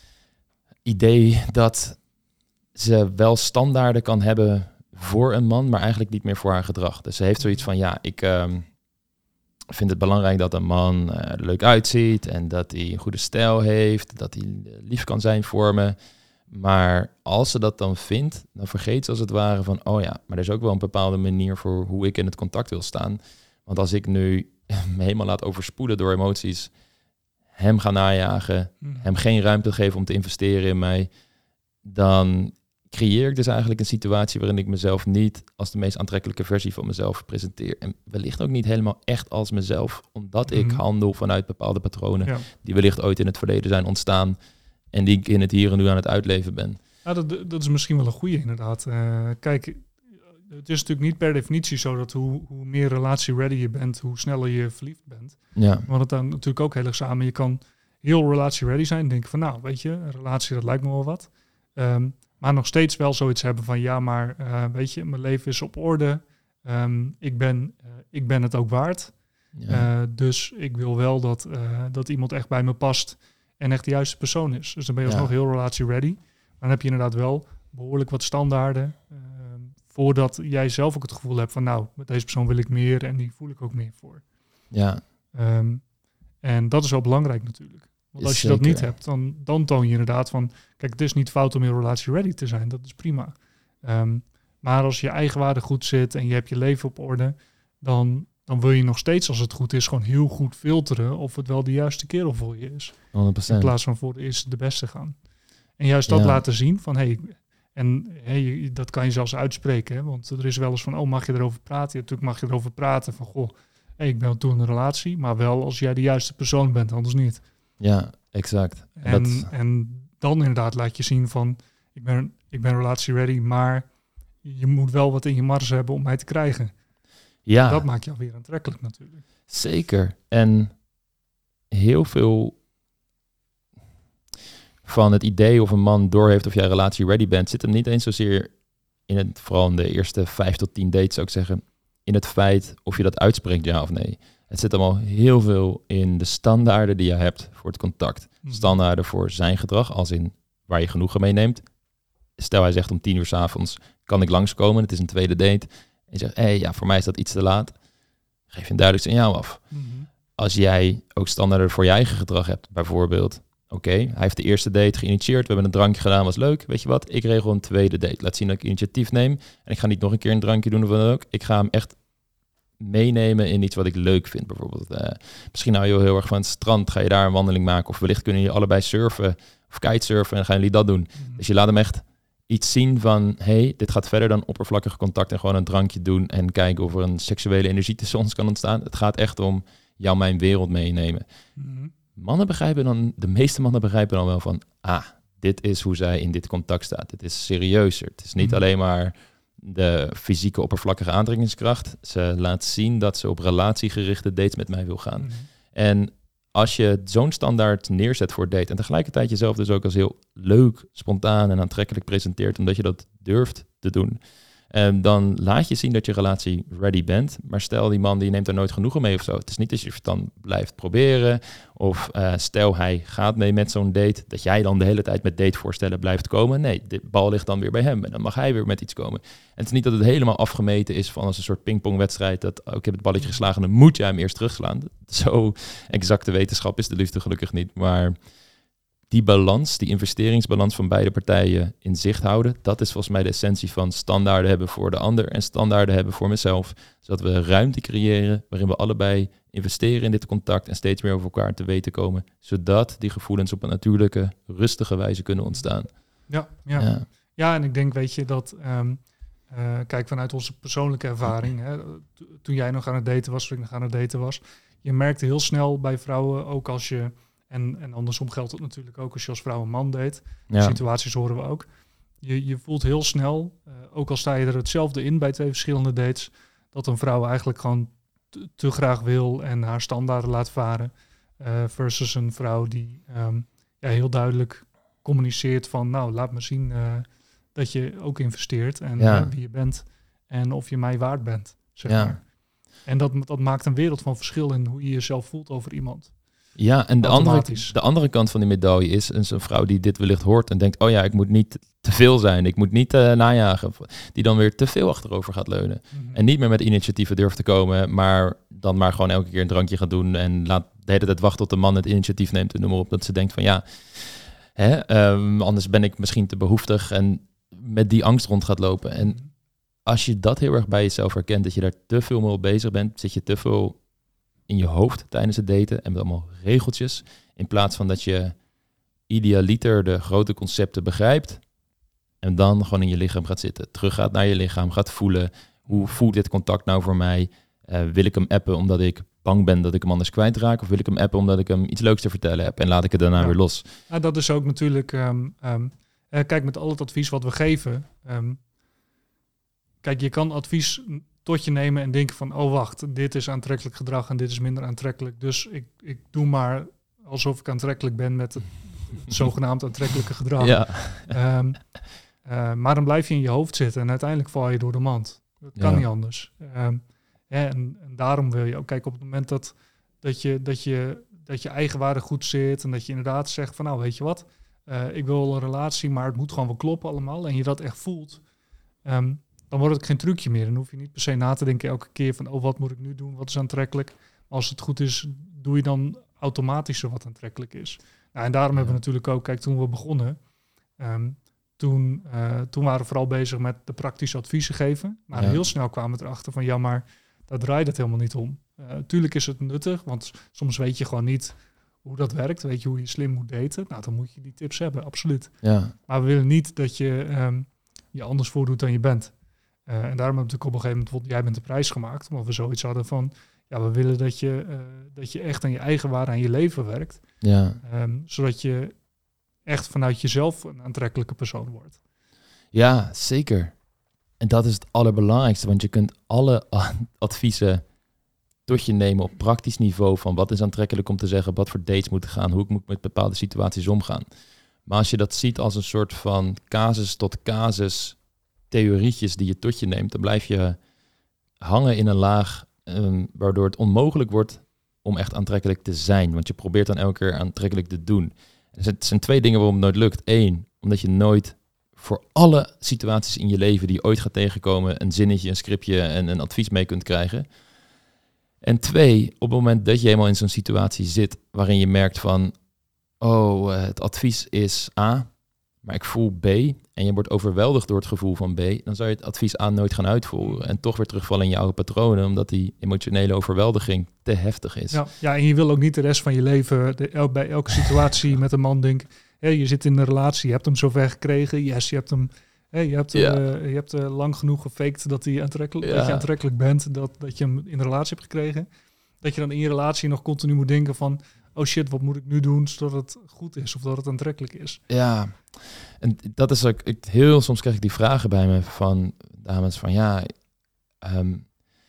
idee dat ze wel standaarden kan hebben voor een man, maar eigenlijk niet meer voor haar gedrag. Dus ze heeft zoiets van, ja, ik um, vind het belangrijk dat een man uh, er leuk uitziet en dat hij een goede stijl heeft, dat hij lief kan zijn voor me. Maar als ze dat dan vindt, dan vergeet ze als het ware van, oh ja, maar er is ook wel een bepaalde manier voor hoe ik in het contact wil staan. Want als ik nu me helemaal laat overspoelen door emoties, hem gaan najagen, Mm. hem geen ruimte geven om te investeren in mij, dan creëer ik dus eigenlijk een situatie waarin ik mezelf niet als de meest aantrekkelijke versie van mezelf presenteer. En wellicht ook niet helemaal echt als mezelf, omdat ik Mhm. handel vanuit bepaalde patronen Ja. die wellicht ooit in het verleden zijn ontstaan en die ik in het hier en nu aan het uitleven ben. Nou, dat, dat is misschien wel een goede inderdaad. Uh, kijk, het is natuurlijk niet per definitie zo dat hoe, hoe meer relatie-ready je bent, hoe sneller je verliefd bent. Ja, Maar het dan natuurlijk ook heel erg samen. Je kan heel relatie-ready zijn en denken van, nou, weet je, een relatie, dat lijkt me wel wat. Um, maar nog steeds wel zoiets hebben van, ja, maar uh, weet je, mijn leven is op orde. Um, ik, ben, uh, ik ben het ook waard. ja. Uh, dus ik wil wel dat, uh, dat iemand echt bij me past en echt de juiste persoon is. Dus dan ben je Ja. alsnog heel relatie-ready. Maar dan heb je inderdaad wel behoorlijk wat standaarden uh, voordat jij zelf ook het gevoel hebt van nou, met deze persoon wil ik meer en die voel ik ook meer voor. Ja. Um, en dat is wel belangrijk natuurlijk. Want als je Zeker. dat niet hebt, dan, dan toon je inderdaad van... Kijk, het is niet fout om in een relatie ready te zijn. Dat is prima. Um, maar als je eigenwaarde goed zit en je hebt je leven op orde... Dan, dan wil je nog steeds, als het goed is, gewoon heel goed filteren... of het wel de juiste kerel voor je is. honderd procent. In plaats van voor de eerste de beste gaan. En juist dat Ja. laten zien van... Hey, en hey, dat kan je zelfs uitspreken. Hè? Want er is wel eens van, oh, mag je erover praten? Ja, natuurlijk mag je erover praten van... goh, hey, ik ben toe in een relatie, maar wel als jij de juiste persoon bent, anders niet. Ja, exact. En, Dat, en dan inderdaad laat je zien van, ik ben, ik ben relatie ready, maar je moet wel wat in je mars hebben om mij te krijgen. ja, Dat maakt je alweer aantrekkelijk natuurlijk. zeker. En heel veel van het idee of een man doorheeft of jij relatie ready bent, zit hem niet eens zozeer in het, vooral in de eerste vijf tot tien dates zou ik zeggen, in het feit of je dat uitspreekt, ja of nee. Het zit allemaal heel veel in de standaarden die je hebt voor het contact. Mhm. Standaarden voor zijn gedrag, als in waar je genoegen mee neemt. Stel hij zegt om tien uur 's avonds, kan ik langskomen, het is een tweede date. En je zegt, hé, hey, ja, voor mij is dat iets te laat. Geef je een duidelijk signaal af. Mhm. Als jij ook standaarden voor je eigen gedrag hebt, bijvoorbeeld, oké, okay, hij heeft de eerste date geïnitieerd, we hebben een drankje gedaan, was leuk. Weet je wat, ik regel een tweede date. Laat zien dat ik initiatief neem. En ik ga niet nog een keer een drankje doen of wat dan ook. Ik ga hem echt meenemen in iets wat ik leuk vind. Bijvoorbeeld, uh, misschien hou je heel erg van het strand, ga je daar een wandeling maken. Of wellicht kunnen jullie allebei surfen of kitesurfen en gaan jullie dat doen. Mhm. Dus je laat hem echt iets zien van, hey, dit gaat verder dan oppervlakkig contact en gewoon een drankje doen en kijken of er een seksuele energie tussen ons kan ontstaan. Het gaat echt om jou mijn wereld meenemen. Mhm. Mannen begrijpen dan, de meeste mannen begrijpen dan wel van, ah, dit is hoe zij in dit contact staat. Dit is serieuzer. Het is niet Mhm. alleen maar de fysieke oppervlakkige aantrekkingskracht. Ze laat zien dat ze op relatiegerichte dates met mij wil gaan. Mhm. En als je zo'n standaard neerzet voor date en tegelijkertijd jezelf dus ook als heel leuk, spontaan en aantrekkelijk presenteert, omdat je dat durft te doen, en dan laat je zien dat je relatie ready bent. Maar stel die man die neemt er nooit genoegen mee of zo. Het is niet dat je het dan blijft proberen. Of uh, stel hij gaat mee met zo'n date, dat jij dan de hele tijd met datevoorstellen blijft komen. Nee, de bal ligt dan weer bij hem en dan mag hij weer met iets komen. En het is niet dat het helemaal afgemeten is van als een soort pingpongwedstrijd. Dat oh, ik heb het balletje geslagen, dan moet jij hem eerst terugslaan. Zo exacte wetenschap is de liefde gelukkig niet. Maar die balans, die investeringsbalans van beide partijen in zicht houden, dat is volgens mij de essentie van standaarden hebben voor de ander en standaarden hebben voor mezelf. Zodat we ruimte creëren waarin we allebei investeren in dit contact en steeds meer over elkaar te weten komen. Zodat die gevoelens op een natuurlijke, rustige wijze kunnen ontstaan. Ja, ja. Ja, Ja, en ik denk, weet je, dat... Um, uh, kijk, vanuit onze persoonlijke ervaring, hè, to- toen jij nog aan het daten was, toen ik nog aan het daten was, je merkte heel snel bij vrouwen, ook als je... En, en andersom geldt het natuurlijk ook als je als vrouw een man date. Die ja, situaties horen we ook. Je, je voelt heel snel, uh, ook al sta je er hetzelfde in bij twee verschillende dates, dat een vrouw eigenlijk gewoon te, te graag wil en haar standaarden laat varen. Uh, versus een vrouw die um, ja, heel duidelijk communiceert van, nou, laat me zien uh, dat je ook investeert en Ja. uh, wie je bent en of je mij waard bent, zeg Ja. maar. En dat, dat maakt een wereld van verschil in hoe je jezelf voelt over iemand. ja, en de andere, Automatisch. de andere kant van die medaille is een vrouw die dit wellicht hoort en denkt, oh ja, ik moet niet te veel zijn, ik moet niet uh, najagen. Die dan weer te veel achterover gaat leunen. Mm-hmm. En niet meer met initiatieven durft te komen, maar dan maar gewoon elke keer een drankje gaat doen en laat de hele tijd wachten tot de man het initiatief neemt en noem maar op. Dat ze denkt van ja, hè, um, anders ben ik misschien te behoeftig en met die angst rond gaat lopen. En Mm-hmm. als je dat heel erg bij jezelf herkent, dat je daar te veel mee op bezig bent, zit je te veel in je hoofd tijdens het daten en met allemaal regeltjes, in plaats van dat je idealiter de grote concepten begrijpt en dan gewoon in je lichaam gaat zitten. Terug gaat naar je lichaam, gaat voelen, hoe voelt dit contact nou voor mij? Uh, wil ik hem appen omdat ik bang ben dat ik hem anders kwijtraak? Of wil ik hem appen omdat ik hem iets leuks te vertellen heb en laat ik het daarna Ja. weer los? Nou, dat is ook natuurlijk... Um, um, uh, kijk, met al het advies wat we geven... Um, kijk, je kan advies tot je nemen en denken van... oh, wacht, dit is aantrekkelijk gedrag en dit is minder aantrekkelijk. Dus ik, ik doe maar alsof ik aantrekkelijk ben met het zogenaamd aantrekkelijke gedrag. Ja. Um, uh, maar dan blijf je in je hoofd zitten en uiteindelijk val je door de mand. Dat kan Ja. niet anders. Um, ja, en, en daarom wil je ook... Kijk, op het moment dat, dat, je, dat, je, dat je eigenwaarde goed zit... en dat je inderdaad zegt van... nou, weet je wat... Uh, ik wil een relatie, maar het moet gewoon wel kloppen allemaal. En je dat echt voelt. Um, dan wordt het geen trucje meer. Dan hoef je niet per se na te denken elke keer van, oh, wat moet ik nu doen? Wat is aantrekkelijk? Maar als het goed is, doe je dan automatisch wat aantrekkelijk is. Nou, en daarom ja. hebben we natuurlijk ook, kijk, toen we begonnen, um, toen, uh, toen waren we vooral bezig met de praktische adviezen geven. Maar ja. heel snel kwamen we erachter van, ja, maar daar draait het helemaal niet om. Uh, tuurlijk is het nuttig, want soms weet je gewoon niet hoe dat werkt. Weet je hoe je slim moet daten? Nou, dan moet je die tips hebben, absoluut. Ja. Maar we willen niet dat je um, je anders voordoet dan je bent. Uh, en daarom hebben we natuurlijk op een gegeven moment bijvoorbeeld Jij Bent de Prijs gemaakt. Omdat we zoiets hadden van, ja, we willen dat je, uh, dat je echt aan je eigen waarde, aan je leven werkt. Ja. Um, zodat je echt vanuit jezelf een aantrekkelijke persoon wordt. Ja, zeker. En dat is het allerbelangrijkste, want je kunt alle adviezen tot je nemen op praktisch niveau van wat is aantrekkelijk om te zeggen, wat voor dates moeten gaan, hoe ik moet met bepaalde situaties omgaan. Maar als je dat ziet als een soort van casus tot casus theorietjes die je tot je neemt, dan blijf je hangen in een laag um, waardoor het onmogelijk wordt om echt aantrekkelijk te zijn. Want je probeert dan elke keer aantrekkelijk te doen. Het zijn twee dingen waarom het nooit lukt. Eén, omdat je nooit voor alle situaties in je leven die je ooit gaat tegenkomen een zinnetje, een scriptje en een advies mee kunt krijgen. En twee, op het moment dat je helemaal in zo'n situatie zit waarin je merkt van, oh, het advies is A, maar ik voel B en je wordt overweldigd door het gevoel van B, dan zou je het advies A nooit gaan uitvoeren en toch weer terugvallen in je oude patronen, omdat die emotionele overweldiging te heftig is. Ja, ja, en je wil ook niet de rest van je leven de, el, bij elke situatie met een man denken, hey, je zit in een relatie, je hebt hem zover gekregen, yes, je hebt hem, hey, je hebt, ja. uh, je hebt uh, lang genoeg gefaked dat, hij aantrekkelijk, ja. dat je aantrekkelijk bent, dat, dat je hem in een relatie hebt gekregen, dat je dan in je relatie nog continu moet denken van, oh shit, wat moet ik nu doen zodat het goed is of dat het aantrekkelijk is. Ja, en dat is ook, ik, heel soms krijg ik die vragen bij me van dames van ja, um,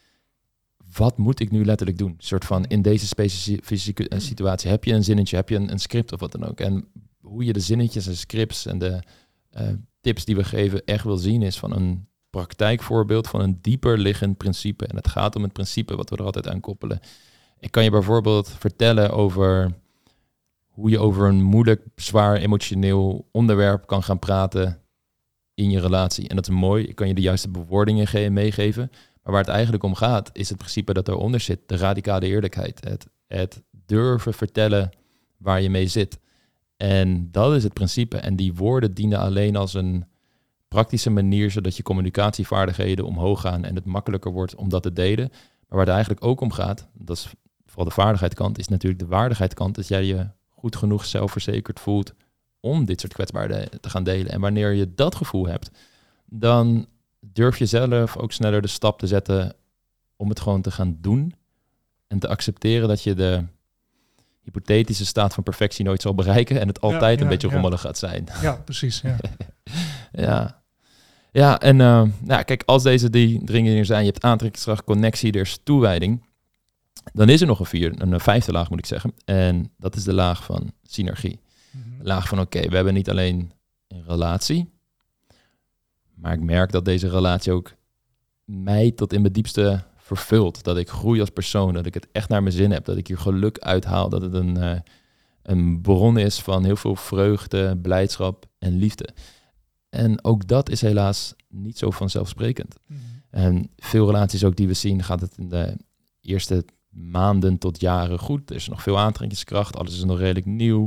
wat moet ik nu letterlijk doen? Een soort van in deze specifieke situatie, heb je een zinnetje, heb je een, een script of wat dan ook? En hoe je de zinnetjes en scripts en de uh, tips die we geven echt wil zien is van een praktijkvoorbeeld van een dieper liggend principe. En het gaat om het principe wat we er altijd aan koppelen. Ik kan je bijvoorbeeld vertellen over hoe je over een moeilijk, zwaar emotioneel onderwerp kan gaan praten in je relatie. En dat is mooi. Ik kan je de juiste bewoordingen ge- meegeven. Maar waar het eigenlijk om gaat, is het principe dat eronder zit. De radicale eerlijkheid. Het, het durven vertellen waar je mee zit. En dat is het principe. En die woorden dienen alleen als een praktische manier, zodat je communicatievaardigheden omhoog gaan en het makkelijker wordt om dat te delen. Maar waar het eigenlijk ook om gaat, dat is vooral de vaardigheidskant, is natuurlijk de waardigheidskant. Dat jij je goed genoeg zelfverzekerd voelt om dit soort kwetsbaarheden te gaan delen. En wanneer je dat gevoel hebt, dan durf je zelf ook sneller de stap te zetten om het gewoon te gaan doen. En te accepteren dat je de hypothetische staat van perfectie nooit zal bereiken en het altijd ja, ja, een beetje ja. rommelig gaat zijn. Ja, precies. Ja, ja. ja en uh, nou, kijk, als deze die dingen zijn, je hebt aantrekkingskracht, connectie, er is toewijding, dan is er nog een, vier, een vijfde laag, moet ik zeggen. En dat is de laag van synergie. Mm-hmm. De laag van, oké, okay, we hebben niet alleen een relatie, maar ik merk dat deze relatie ook mij tot in mijn diepste vervult. Dat ik groei als persoon, dat ik het echt naar mijn zin heb, dat ik hier geluk uithaal, dat het een, uh, een bron is van heel veel vreugde, blijdschap en liefde. En ook dat is helaas niet zo vanzelfsprekend. Mm-hmm. En veel relaties ook die we zien, gaat het in de eerste maanden tot jaren goed. Er is nog veel aantrekkingskracht, alles is nog redelijk nieuw.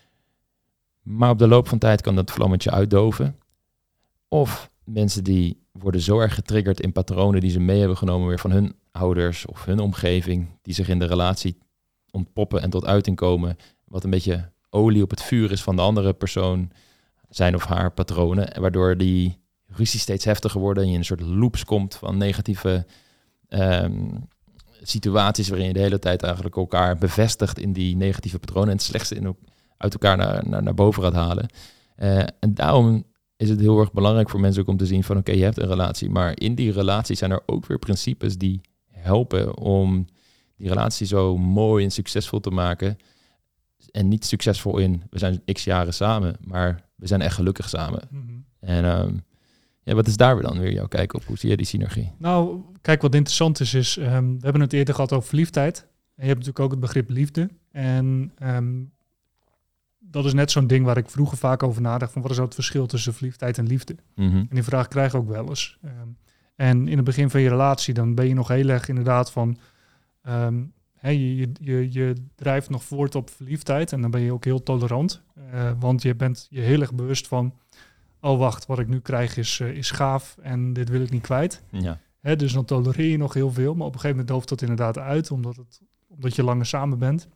Maar op de loop van tijd kan dat vlammetje uitdoven. Of mensen die worden zo erg getriggerd in patronen die ze mee hebben genomen weer van hun ouders of hun omgeving, die zich in de relatie ontpoppen en tot uiting komen, wat een beetje olie op het vuur is van de andere persoon, zijn of haar patronen, en waardoor die ruzie steeds heftiger worden en je in een soort loops komt van negatieve um, situaties waarin je de hele tijd eigenlijk elkaar bevestigt in die negatieve patronen en het slechtste in, uit elkaar naar, naar, naar boven gaat halen. Uh, en daarom is het heel erg belangrijk voor mensen ook om te zien van oké, okay, je hebt een relatie, maar in die relatie zijn er ook weer principes die helpen om die relatie zo mooi en succesvol te maken. En niet succesvol in, we zijn x jaren samen, maar we zijn echt gelukkig samen. Mm-hmm. En um, ja, wat is daar dan weer jouw kijk op? Hoe zie je die synergie? Nou, kijk, wat interessant is, is um, we hebben het eerder gehad over verliefdheid. En je hebt natuurlijk ook het begrip liefde. En um, dat is net zo'n ding waar ik vroeger vaak over nadacht, van wat is nou het verschil tussen verliefdheid en liefde? Mm-hmm. En die vraag krijg ik ook wel eens. Um, En in het begin van je relatie, dan ben je nog heel erg inderdaad van... Um, he, je, je, je drijft nog voort op verliefdheid en dan ben je ook heel tolerant. Uh, want je bent je heel erg bewust van... oh wacht, wat ik nu krijg is, uh, is gaaf en dit wil ik niet kwijt. Ja. He, dus dan tolereer je nog heel veel. Maar op een gegeven moment dooft dat inderdaad uit, omdat, het, omdat je langer samen bent.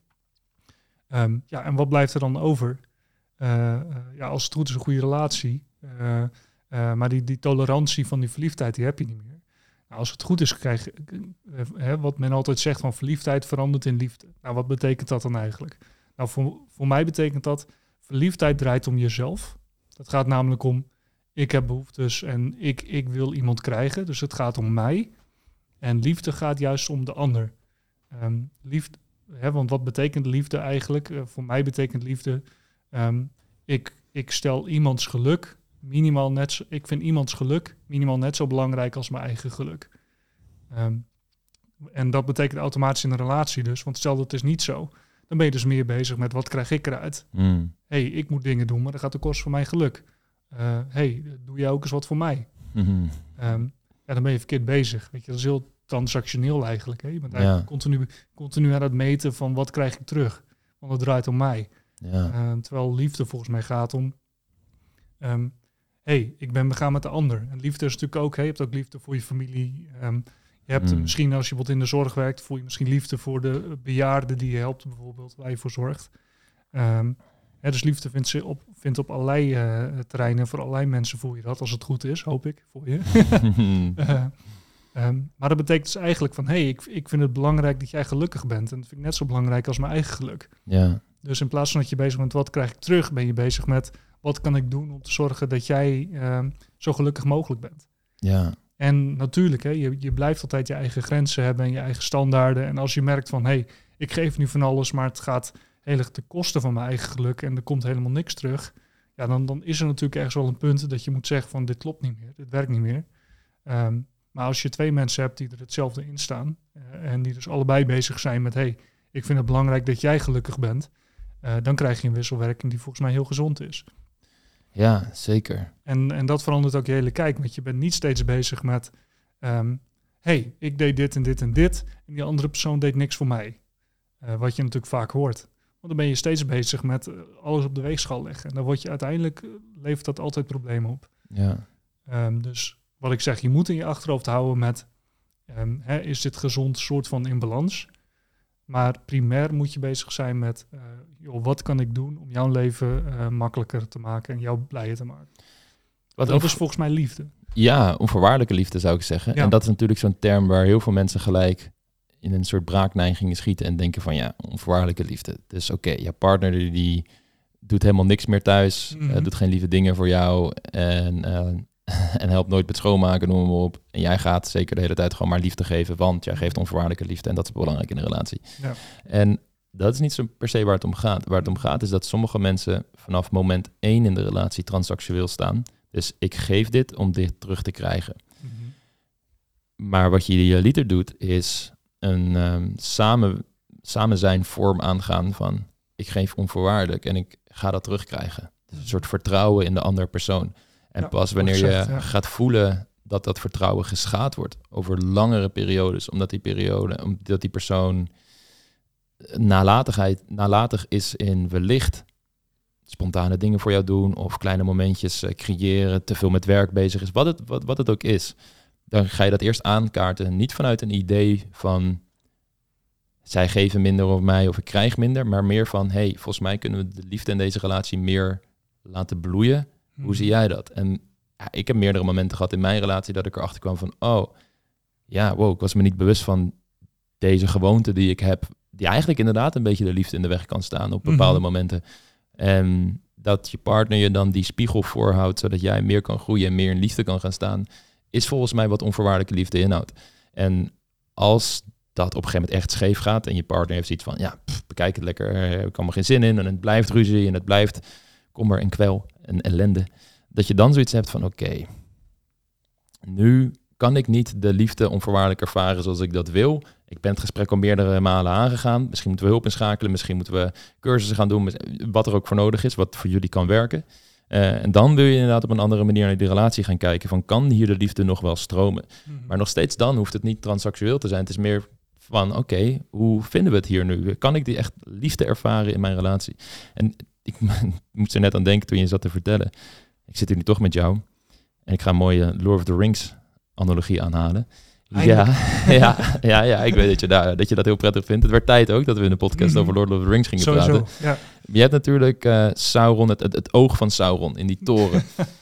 Um, ja, en wat blijft er dan over? Uh, uh, ja, als het goed is een goede relatie. Uh, uh, maar die, die tolerantie van die verliefdheid, die heb je niet meer. Nou, als het goed is, krijg je... Uh, uh, wat men altijd zegt van verliefdheid verandert in liefde. Nou, wat betekent dat dan eigenlijk? Nou, voor, voor mij betekent dat... verliefdheid draait om jezelf. Dat gaat namelijk om... ik heb behoeftes en ik, ik wil iemand krijgen. Dus het gaat om mij. En liefde gaat juist om de ander. Um, liefde... Hè, want wat betekent liefde eigenlijk? Uh, voor mij betekent liefde... Um, ik, ik stel iemands geluk minimaal net zo... Ik vind iemands geluk minimaal net zo belangrijk als mijn eigen geluk. Um, en dat betekent automatisch in een relatie dus. Want stel dat is niet zo. Dan ben je dus meer bezig met wat krijg ik eruit. Mm. hey, ik moet dingen doen, maar dat gaat ten koste van mijn geluk. Uh, hey, doe jij ook eens wat voor mij? Mm-hmm. Um, ja, dan ben je verkeerd bezig. Weet je, dat is heel... transactioneel eigenlijk. Hè? Je bent eigenlijk ja. continu, continu aan het meten van wat krijg ik terug. Want het draait om mij. Ja. Uh, terwijl liefde volgens mij gaat om... Um, hey, ik ben begaan met de ander. En liefde is natuurlijk ook... Hey, je hebt ook liefde voor je familie. Um, je hebt mm. misschien, als je wat in de zorg werkt... voel je misschien liefde voor de bejaarden die je helpt bijvoorbeeld. Waar je voor zorgt. Um, hè, dus liefde vindt, ze op, vindt op allerlei uh, terreinen... voor allerlei mensen voel je dat. Als het goed is, hoop ik, voor je. uh, Um, maar dat betekent dus eigenlijk van... hé, hey, ik, ik vind het belangrijk dat jij gelukkig bent. En dat vind ik net zo belangrijk als mijn eigen geluk. Ja. Dus in plaats van dat je bezig bent... wat krijg ik terug, ben je bezig met... wat kan ik doen om te zorgen dat jij um, zo gelukkig mogelijk bent. Ja. En natuurlijk, hè, je, je blijft altijd je eigen grenzen hebben... en je eigen standaarden. En als je merkt van... hé, hey, ik geef nu van alles... maar het gaat heel erg ten koste van mijn eigen geluk... en er komt helemaal niks terug... ja, dan, dan is er natuurlijk ergens wel een punt... dat je moet zeggen van... dit klopt niet meer, dit werkt niet meer... Um, Maar als je twee mensen hebt die er hetzelfde in staan... Uh, en die dus allebei bezig zijn met... hé, hey, ik vind het belangrijk dat jij gelukkig bent... Uh, dan krijg je een wisselwerking die volgens mij heel gezond is. Ja, zeker. En, en dat verandert ook je hele kijk. Want je bent niet steeds bezig met... Um, hey, ik deed dit en dit en dit... en die andere persoon deed niks voor mij. Uh, wat je natuurlijk vaak hoort. Want dan ben je steeds bezig met uh, alles op de weegschaal leggen. En dan word je uiteindelijk... Uh, levert dat altijd problemen op. Ja. Um, dus... Wat ik zeg, je moet in je achterhoofd houden met... Um, hè, is dit gezond soort van in balans? Maar primair moet je bezig zijn met... Uh, joh, wat kan ik doen om jouw leven uh, makkelijker te maken... en jou blijer te maken? Wat dat over... is volgens mij liefde. Ja, onvoorwaardelijke liefde zou ik zeggen. Ja. En dat is natuurlijk zo'n term waar heel veel mensen gelijk... in een soort braakneigingen schieten en denken van... ja, onvoorwaardelijke liefde. Dus oké, okay, je partner die doet helemaal niks meer thuis... Mm-hmm. Uh, doet geen lieve dingen voor jou... en uh, en helpt nooit met schoonmaken, noem maar op. En jij gaat zeker de hele tijd gewoon maar liefde geven... want jij geeft onvoorwaardelijke liefde... en dat is belangrijk in een relatie. Ja. En dat is niet zo per se waar het om gaat. Waar het om gaat is dat sommige mensen... vanaf moment één in de relatie transactioneel staan. Dus ik geef dit om dit terug te krijgen. Mm-hmm. Maar wat je idealiter doet... is een um, samen, samen zijn vorm aangaan van... ik geef onvoorwaardelijk en ik ga dat terugkrijgen. Dus een soort vertrouwen in de andere persoon... En ja, pas wanneer gezegd, je ja. gaat voelen dat dat vertrouwen geschaad wordt over langere periodes, omdat die periode, omdat die persoon nalatigheid, nalatig is in wellicht spontane dingen voor jou doen of kleine momentjes uh, creëren, te veel met werk bezig is, wat het, wat, wat het ook is, dan ga je dat eerst aankaarten, niet vanuit een idee van zij geven minder op mij of ik krijg minder, maar meer van, hey, volgens mij kunnen we de liefde in deze relatie meer laten bloeien. Hoe zie jij dat? En ja, ik heb meerdere momenten gehad in mijn relatie dat ik erachter kwam van... oh, ja, wow, ik was me niet bewust van deze gewoonte die ik heb... die eigenlijk inderdaad een beetje de liefde in de weg kan staan op bepaalde mm-hmm. momenten. En dat je partner je dan die spiegel voorhoudt... zodat jij meer kan groeien en meer in liefde kan gaan staan... is volgens mij wat onvoorwaardelijke liefde inhoudt. En als dat op een gegeven moment echt scheef gaat... en je partner heeft zoiets van... ja, pff, bekijk het lekker, ik kan er geen zin in... en het blijft ruzie en het blijft kommer en kwel... en ellende, dat je dan zoiets hebt van oké, okay, nu kan ik niet de liefde onvoorwaardelijk ervaren zoals ik dat wil. Ik ben het gesprek al meerdere malen aangegaan. Misschien moeten we hulp inschakelen, misschien moeten we cursussen gaan doen, wat er ook voor nodig is, wat voor jullie kan werken. Uh, en dan wil je inderdaad op een andere manier naar die relatie gaan kijken. Van, kan hier de liefde nog wel stromen? Mm-hmm. Maar nog steeds dan hoeft het niet transactioneel te zijn. Het is meer van, oké, okay, hoe vinden we het hier nu? Kan ik die echt liefde ervaren in mijn relatie? En ik moest er net aan denken toen je zat te vertellen. Ik zit hier nu toch met jou. En ik ga een mooie Lord of the Rings analogie aanhalen. Ja, ja, ja, ja, ik weet dat je, daar, dat je dat heel prettig vindt. Het werd tijd ook dat we in de podcast mm-hmm. over Lord of the Rings gingen Sowieso, praten. Ja. Je hebt natuurlijk uh, Sauron, het, het, het oog van Sauron in die toren.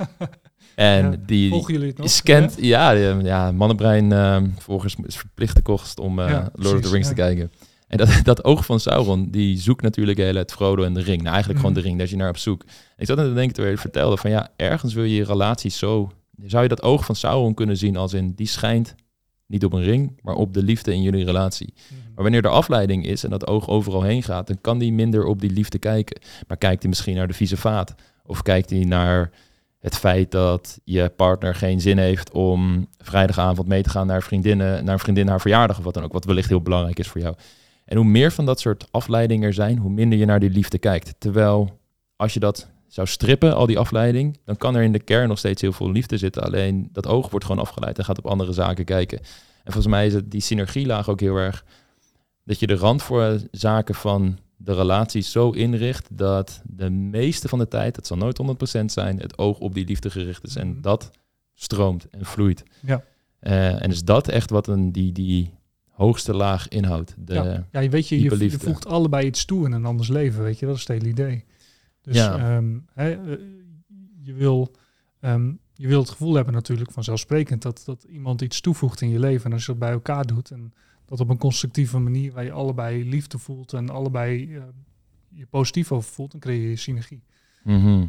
En ja, die volgen jullie het nog? scant, ja, ja, ja Mannenbrein uh, volgens is verplichte kost om uh, ja, Lord precies, of the Rings ja. te kijken. En dat, dat oog van Sauron, die zoekt natuurlijk heel het Frodo en de ring. Nou, eigenlijk mm. gewoon de ring, daar is je naar op zoek. En ik zat net te denken terwijl je vertelde van ja, ergens wil je je relatie zo... Zou je dat oog van Sauron kunnen zien als in, die schijnt niet op een ring, maar op de liefde in jullie relatie. Mm. Maar wanneer er afleiding is en dat oog overal heen gaat, dan kan die minder op die liefde kijken. Maar kijkt hij misschien naar de vieze vaat? Of kijkt hij naar het feit dat je partner geen zin heeft om vrijdagavond mee te gaan naar vriendinnen, naar een vriendin haar verjaardag of wat dan ook, wat wellicht heel belangrijk is voor jou. En hoe meer van dat soort afleidingen er zijn, hoe minder je naar die liefde kijkt. Terwijl als je dat zou strippen, al die afleiding, dan kan er in de kern nog steeds heel veel liefde zitten. Alleen dat oog wordt gewoon afgeleid en gaat op andere zaken kijken. En volgens mij is het die synergielaag ook heel erg dat je de randvoorzaken van de relatie zo inricht dat de meeste van de tijd, het zal nooit honderd procent zijn, het oog op die liefde gericht is. En dat stroomt en vloeit. Ja. Uh, en is dat echt wat een, die, die hoogste laag inhoudt. De ja. ja, je weet je, je, je voegt allebei iets toe in een anders leven, weet je, dat is het hele idee. Dus ja. um, he, je, wil, um, je wil het gevoel hebben natuurlijk vanzelfsprekend dat, dat iemand iets toevoegt in je leven. En als je dat bij elkaar doet en dat op een constructieve manier waar je allebei liefde voelt en allebei uh, je positief over voelt, dan creëer je synergie. Mm-hmm.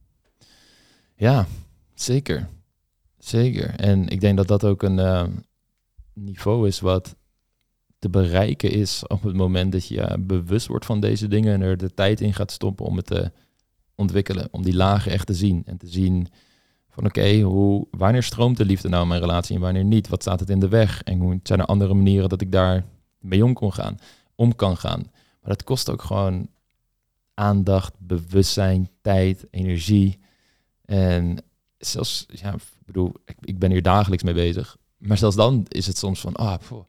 Ja, zeker. Zeker. En ik denk dat dat ook een uh, niveau is wat te bereiken is op het moment dat je uh, bewust wordt van deze dingen en er de tijd in gaat stoppen om het te ontwikkelen, om die lagen echt te zien en te zien van oké, okay, hoe wanneer stroomt de liefde nou in mijn relatie en wanneer niet? Wat staat het in de weg? En hoe zijn er andere manieren dat ik daar mee om kan gaan, om kan gaan? Maar dat kost ook gewoon aandacht, bewustzijn, tijd, energie. En zelfs, ja, ik bedoel, ik, ik ben hier dagelijks mee bezig. Maar zelfs dan is het soms van, ah, oh,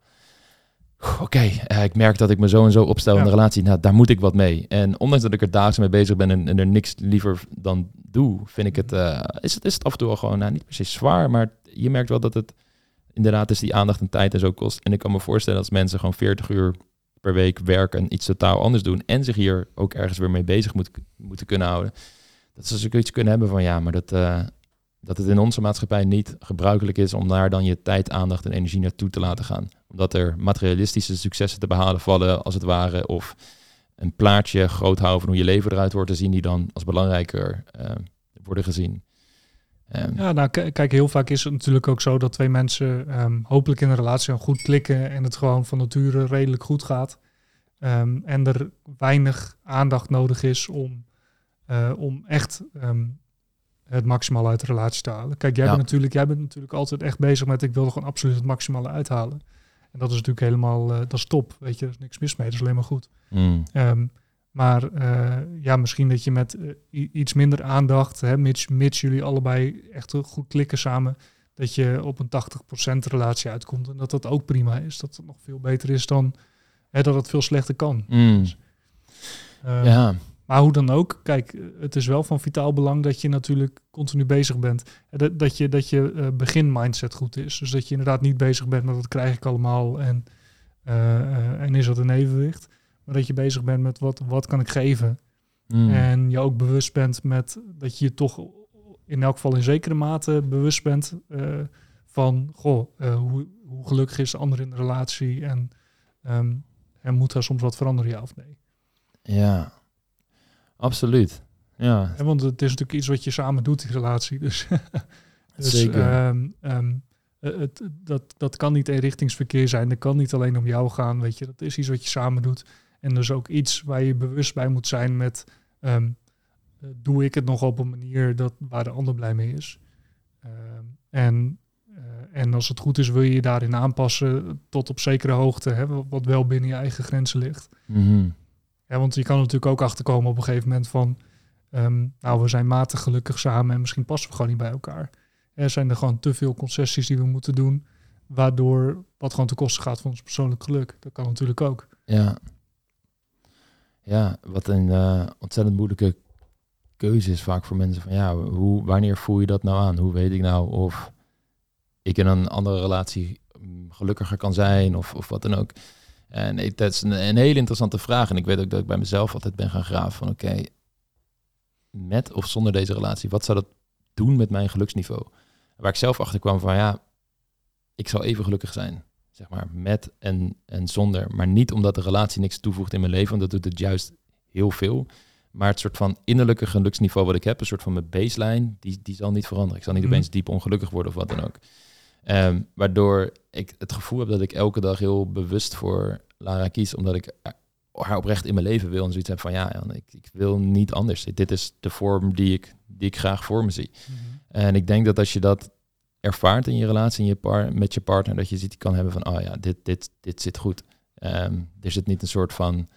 oké, okay, uh, ik merk dat ik me zo en zo opstel ja. in de relatie. Nou, daar moet ik wat mee. En ondanks dat ik er dagelijks mee bezig ben en, en er niks liever dan doe, vind ik het, uh, is het, is het af en toe al gewoon, nou, niet per se zwaar, maar je merkt wel dat het inderdaad is die aandacht en tijd en zo kost. En ik kan me voorstellen als mensen gewoon veertig uur per week werken en iets totaal anders doen en zich hier ook ergens weer mee bezig moet, moeten kunnen houden. Dat ze zoiets kunnen hebben van, ja, maar dat, uh, dat het in onze maatschappij niet gebruikelijk is om daar dan je tijd, aandacht en energie naartoe te laten gaan. Omdat er materialistische successen te behalen vallen, als het ware, of een plaatje groot houden van hoe je leven eruit wordt te zien, die dan als belangrijker uh, worden gezien. Um, ja, nou k- kijk, heel vaak is het natuurlijk ook zo dat twee mensen um, hopelijk in een relatie al goed klikken en het gewoon van nature redelijk goed gaat. Um, en er weinig aandacht nodig is om, uh, om echt um, het maximale uit de relatie te halen. Kijk, jij, ja. bent natuurlijk, jij bent natuurlijk altijd echt bezig met ik wil er gewoon absoluut het maximale uithalen. En dat is natuurlijk helemaal, uh, dat is top, weet je, er is niks mis mee, dat is alleen maar goed. Mm. Um, maar uh, ja, misschien dat je met uh, i- iets minder aandacht, hè, mits, mits jullie allebei echt goed klikken samen, dat je op een tachtig procent relatie uitkomt. En dat dat ook prima is, dat het nog veel beter is dan hè, dat het veel slechter kan. Mm. Dus, uh, ja. Maar hoe dan ook, kijk, het is wel van vitaal belang dat je natuurlijk continu bezig bent. Dat, dat je, dat je uh, begin-mindset goed is. Dus dat je inderdaad niet bezig bent met wat krijg ik allemaal en, uh, uh, en is dat een evenwicht. Maar dat je bezig bent met wat, wat kan ik geven. Mm. En je ook bewust bent met dat je toch in elk geval in zekere mate bewust bent uh, van, goh, uh, hoe, hoe gelukkig is de ander in de relatie en, um, en moet daar soms wat veranderen, ja of nee? Ja, absoluut. Ja. Ja, want het is natuurlijk iets wat je samen doet, die relatie. Dus, dus Zeker. Um, um, het, dat, dat kan niet eenrichtingsverkeer zijn. Dat kan niet alleen om jou gaan, weet je. Dat is iets wat je samen doet. En dus ook iets waar je bewust bij moet zijn met, um, uh, doe ik het nog op een manier dat, waar de ander blij mee is. Um, en, uh, en als het goed is, wil je je daarin aanpassen tot op zekere hoogte, hè, wat wel binnen je eigen grenzen ligt. Mm-hmm. Ja, want je kan er natuurlijk ook achterkomen op een gegeven moment van, Um, nou, we zijn matig gelukkig samen en misschien passen we gewoon niet bij elkaar. Er zijn er gewoon te veel concessies die we moeten doen, waardoor wat gewoon ten koste gaat van ons persoonlijk geluk. Dat kan natuurlijk ook. Ja, ja wat een uh, ontzettend moeilijke keuze is vaak voor mensen. Van ja, hoe, wanneer voel je dat nou aan? Hoe weet ik nou of ik in een andere relatie gelukkiger kan zijn of, of wat dan ook. En ik, dat is een, een hele interessante vraag. En ik weet ook dat ik bij mezelf altijd ben gaan graven van oké, okay, met of zonder deze relatie, wat zou dat doen met mijn geluksniveau? Waar ik zelf achter kwam van ja, ik zal even gelukkig zijn, zeg maar, met en, en zonder. Maar niet omdat de relatie niks toevoegt in mijn leven, want dat doet het juist heel veel. Maar het soort van innerlijke geluksniveau wat ik heb, een soort van mijn baseline, die, die zal niet veranderen. Ik zal niet mm. opeens diep ongelukkig worden of wat dan ook. Um, waardoor ik het gevoel heb dat ik elke dag heel bewust voor Lara kies, omdat ik haar oprecht in mijn leven wil en zoiets heb van ja, ik, ik wil niet anders. Dit is de vorm die ik, die ik graag voor me zie. Mm-hmm. En ik denk dat als je dat ervaart in je relatie in je par- met je partner, dat je ziet kan hebben van oh ja, dit, dit, dit zit goed. Um, er zit niet een soort van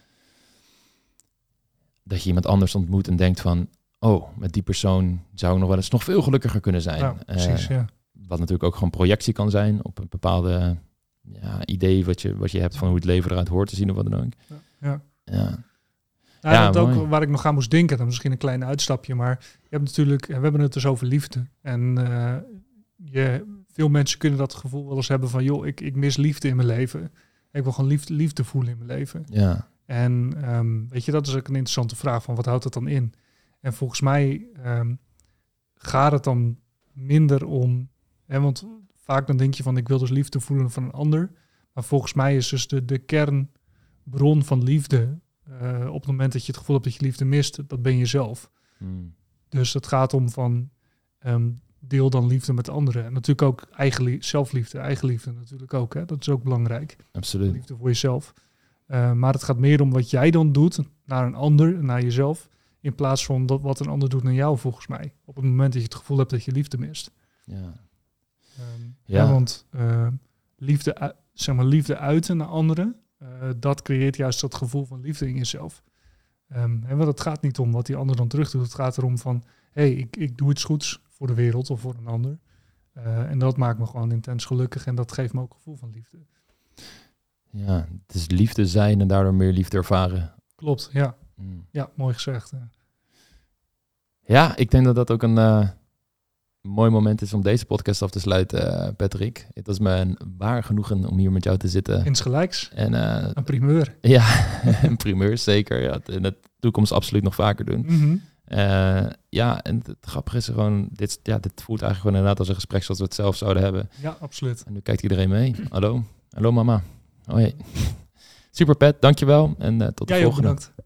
dat je iemand anders ontmoet en denkt van oh, met die persoon zou ik nog wel eens nog veel gelukkiger kunnen zijn. Ja, precies, uh, ja. Wat natuurlijk ook gewoon projectie kan zijn op een bepaalde ja, idee wat je, wat je hebt van hoe het leven eruit hoort te zien of wat dan ook. Ja. ja. ja. Nou, ja, dat ook waar ik nog aan moest denken, dan misschien een klein uitstapje, maar je hebt natuurlijk, we hebben het dus over liefde. En uh, je, veel mensen kunnen dat gevoel wel eens hebben van joh, ik, ik mis liefde in mijn leven. Ik wil gewoon liefde, liefde voelen in mijn leven. Ja. En um, weet je, dat is ook een interessante vraag van wat houdt dat dan in? En volgens mij um, gaat het dan minder om, hè, want vaak dan denk je van ik wil dus liefde voelen van een ander. Maar volgens mij is dus de, de kernbron van liefde, uh, op het moment dat je het gevoel hebt dat je liefde mist, dat ben je zelf. Hmm. Dus het gaat om van um, deel dan liefde met anderen. En natuurlijk ook eigen li- zelfliefde, eigenliefde natuurlijk ook. Hè? Dat is ook belangrijk. Absoluut. Liefde voor jezelf. Uh, maar het gaat meer om wat jij dan doet naar een ander, naar jezelf, in plaats van dat wat een ander doet naar jou, volgens mij. Op het moment dat je het gevoel hebt dat je liefde mist. Ja. Um, ja. ja, want uh, liefde, zeg maar, liefde uiten naar anderen, uh, dat creëert juist dat gevoel van liefde in jezelf. Um, en want het gaat niet om wat die ander dan terug doet. Het gaat erom van, hé, hey, ik, ik doe iets goeds voor de wereld of voor een ander. Uh, en dat maakt me gewoon intens gelukkig en dat geeft me ook een gevoel van liefde. Ja, het is liefde zijn en daardoor meer liefde ervaren. Klopt, ja. Mm. Ja, mooi gezegd. Ja. Ja, ik denk dat dat ook een uh, mooi moment is om deze podcast af te sluiten, uh, Patrick. Het was me een waar genoegen om hier met jou te zitten. Insgelijks. En, uh, een primeur. Ja, een primeur, zeker. Ja, in de toekomst absoluut nog vaker doen. Mm-hmm. Uh, ja, en het grappige is gewoon, dit, ja, dit voelt eigenlijk gewoon inderdaad als een gesprek zoals we het zelf zouden hebben. Ja, absoluut. En nu kijkt iedereen mee. Hallo, hallo mama. Hoi. Super Pat, dankjewel en uh, tot de Jij volgende. Ook bedankt.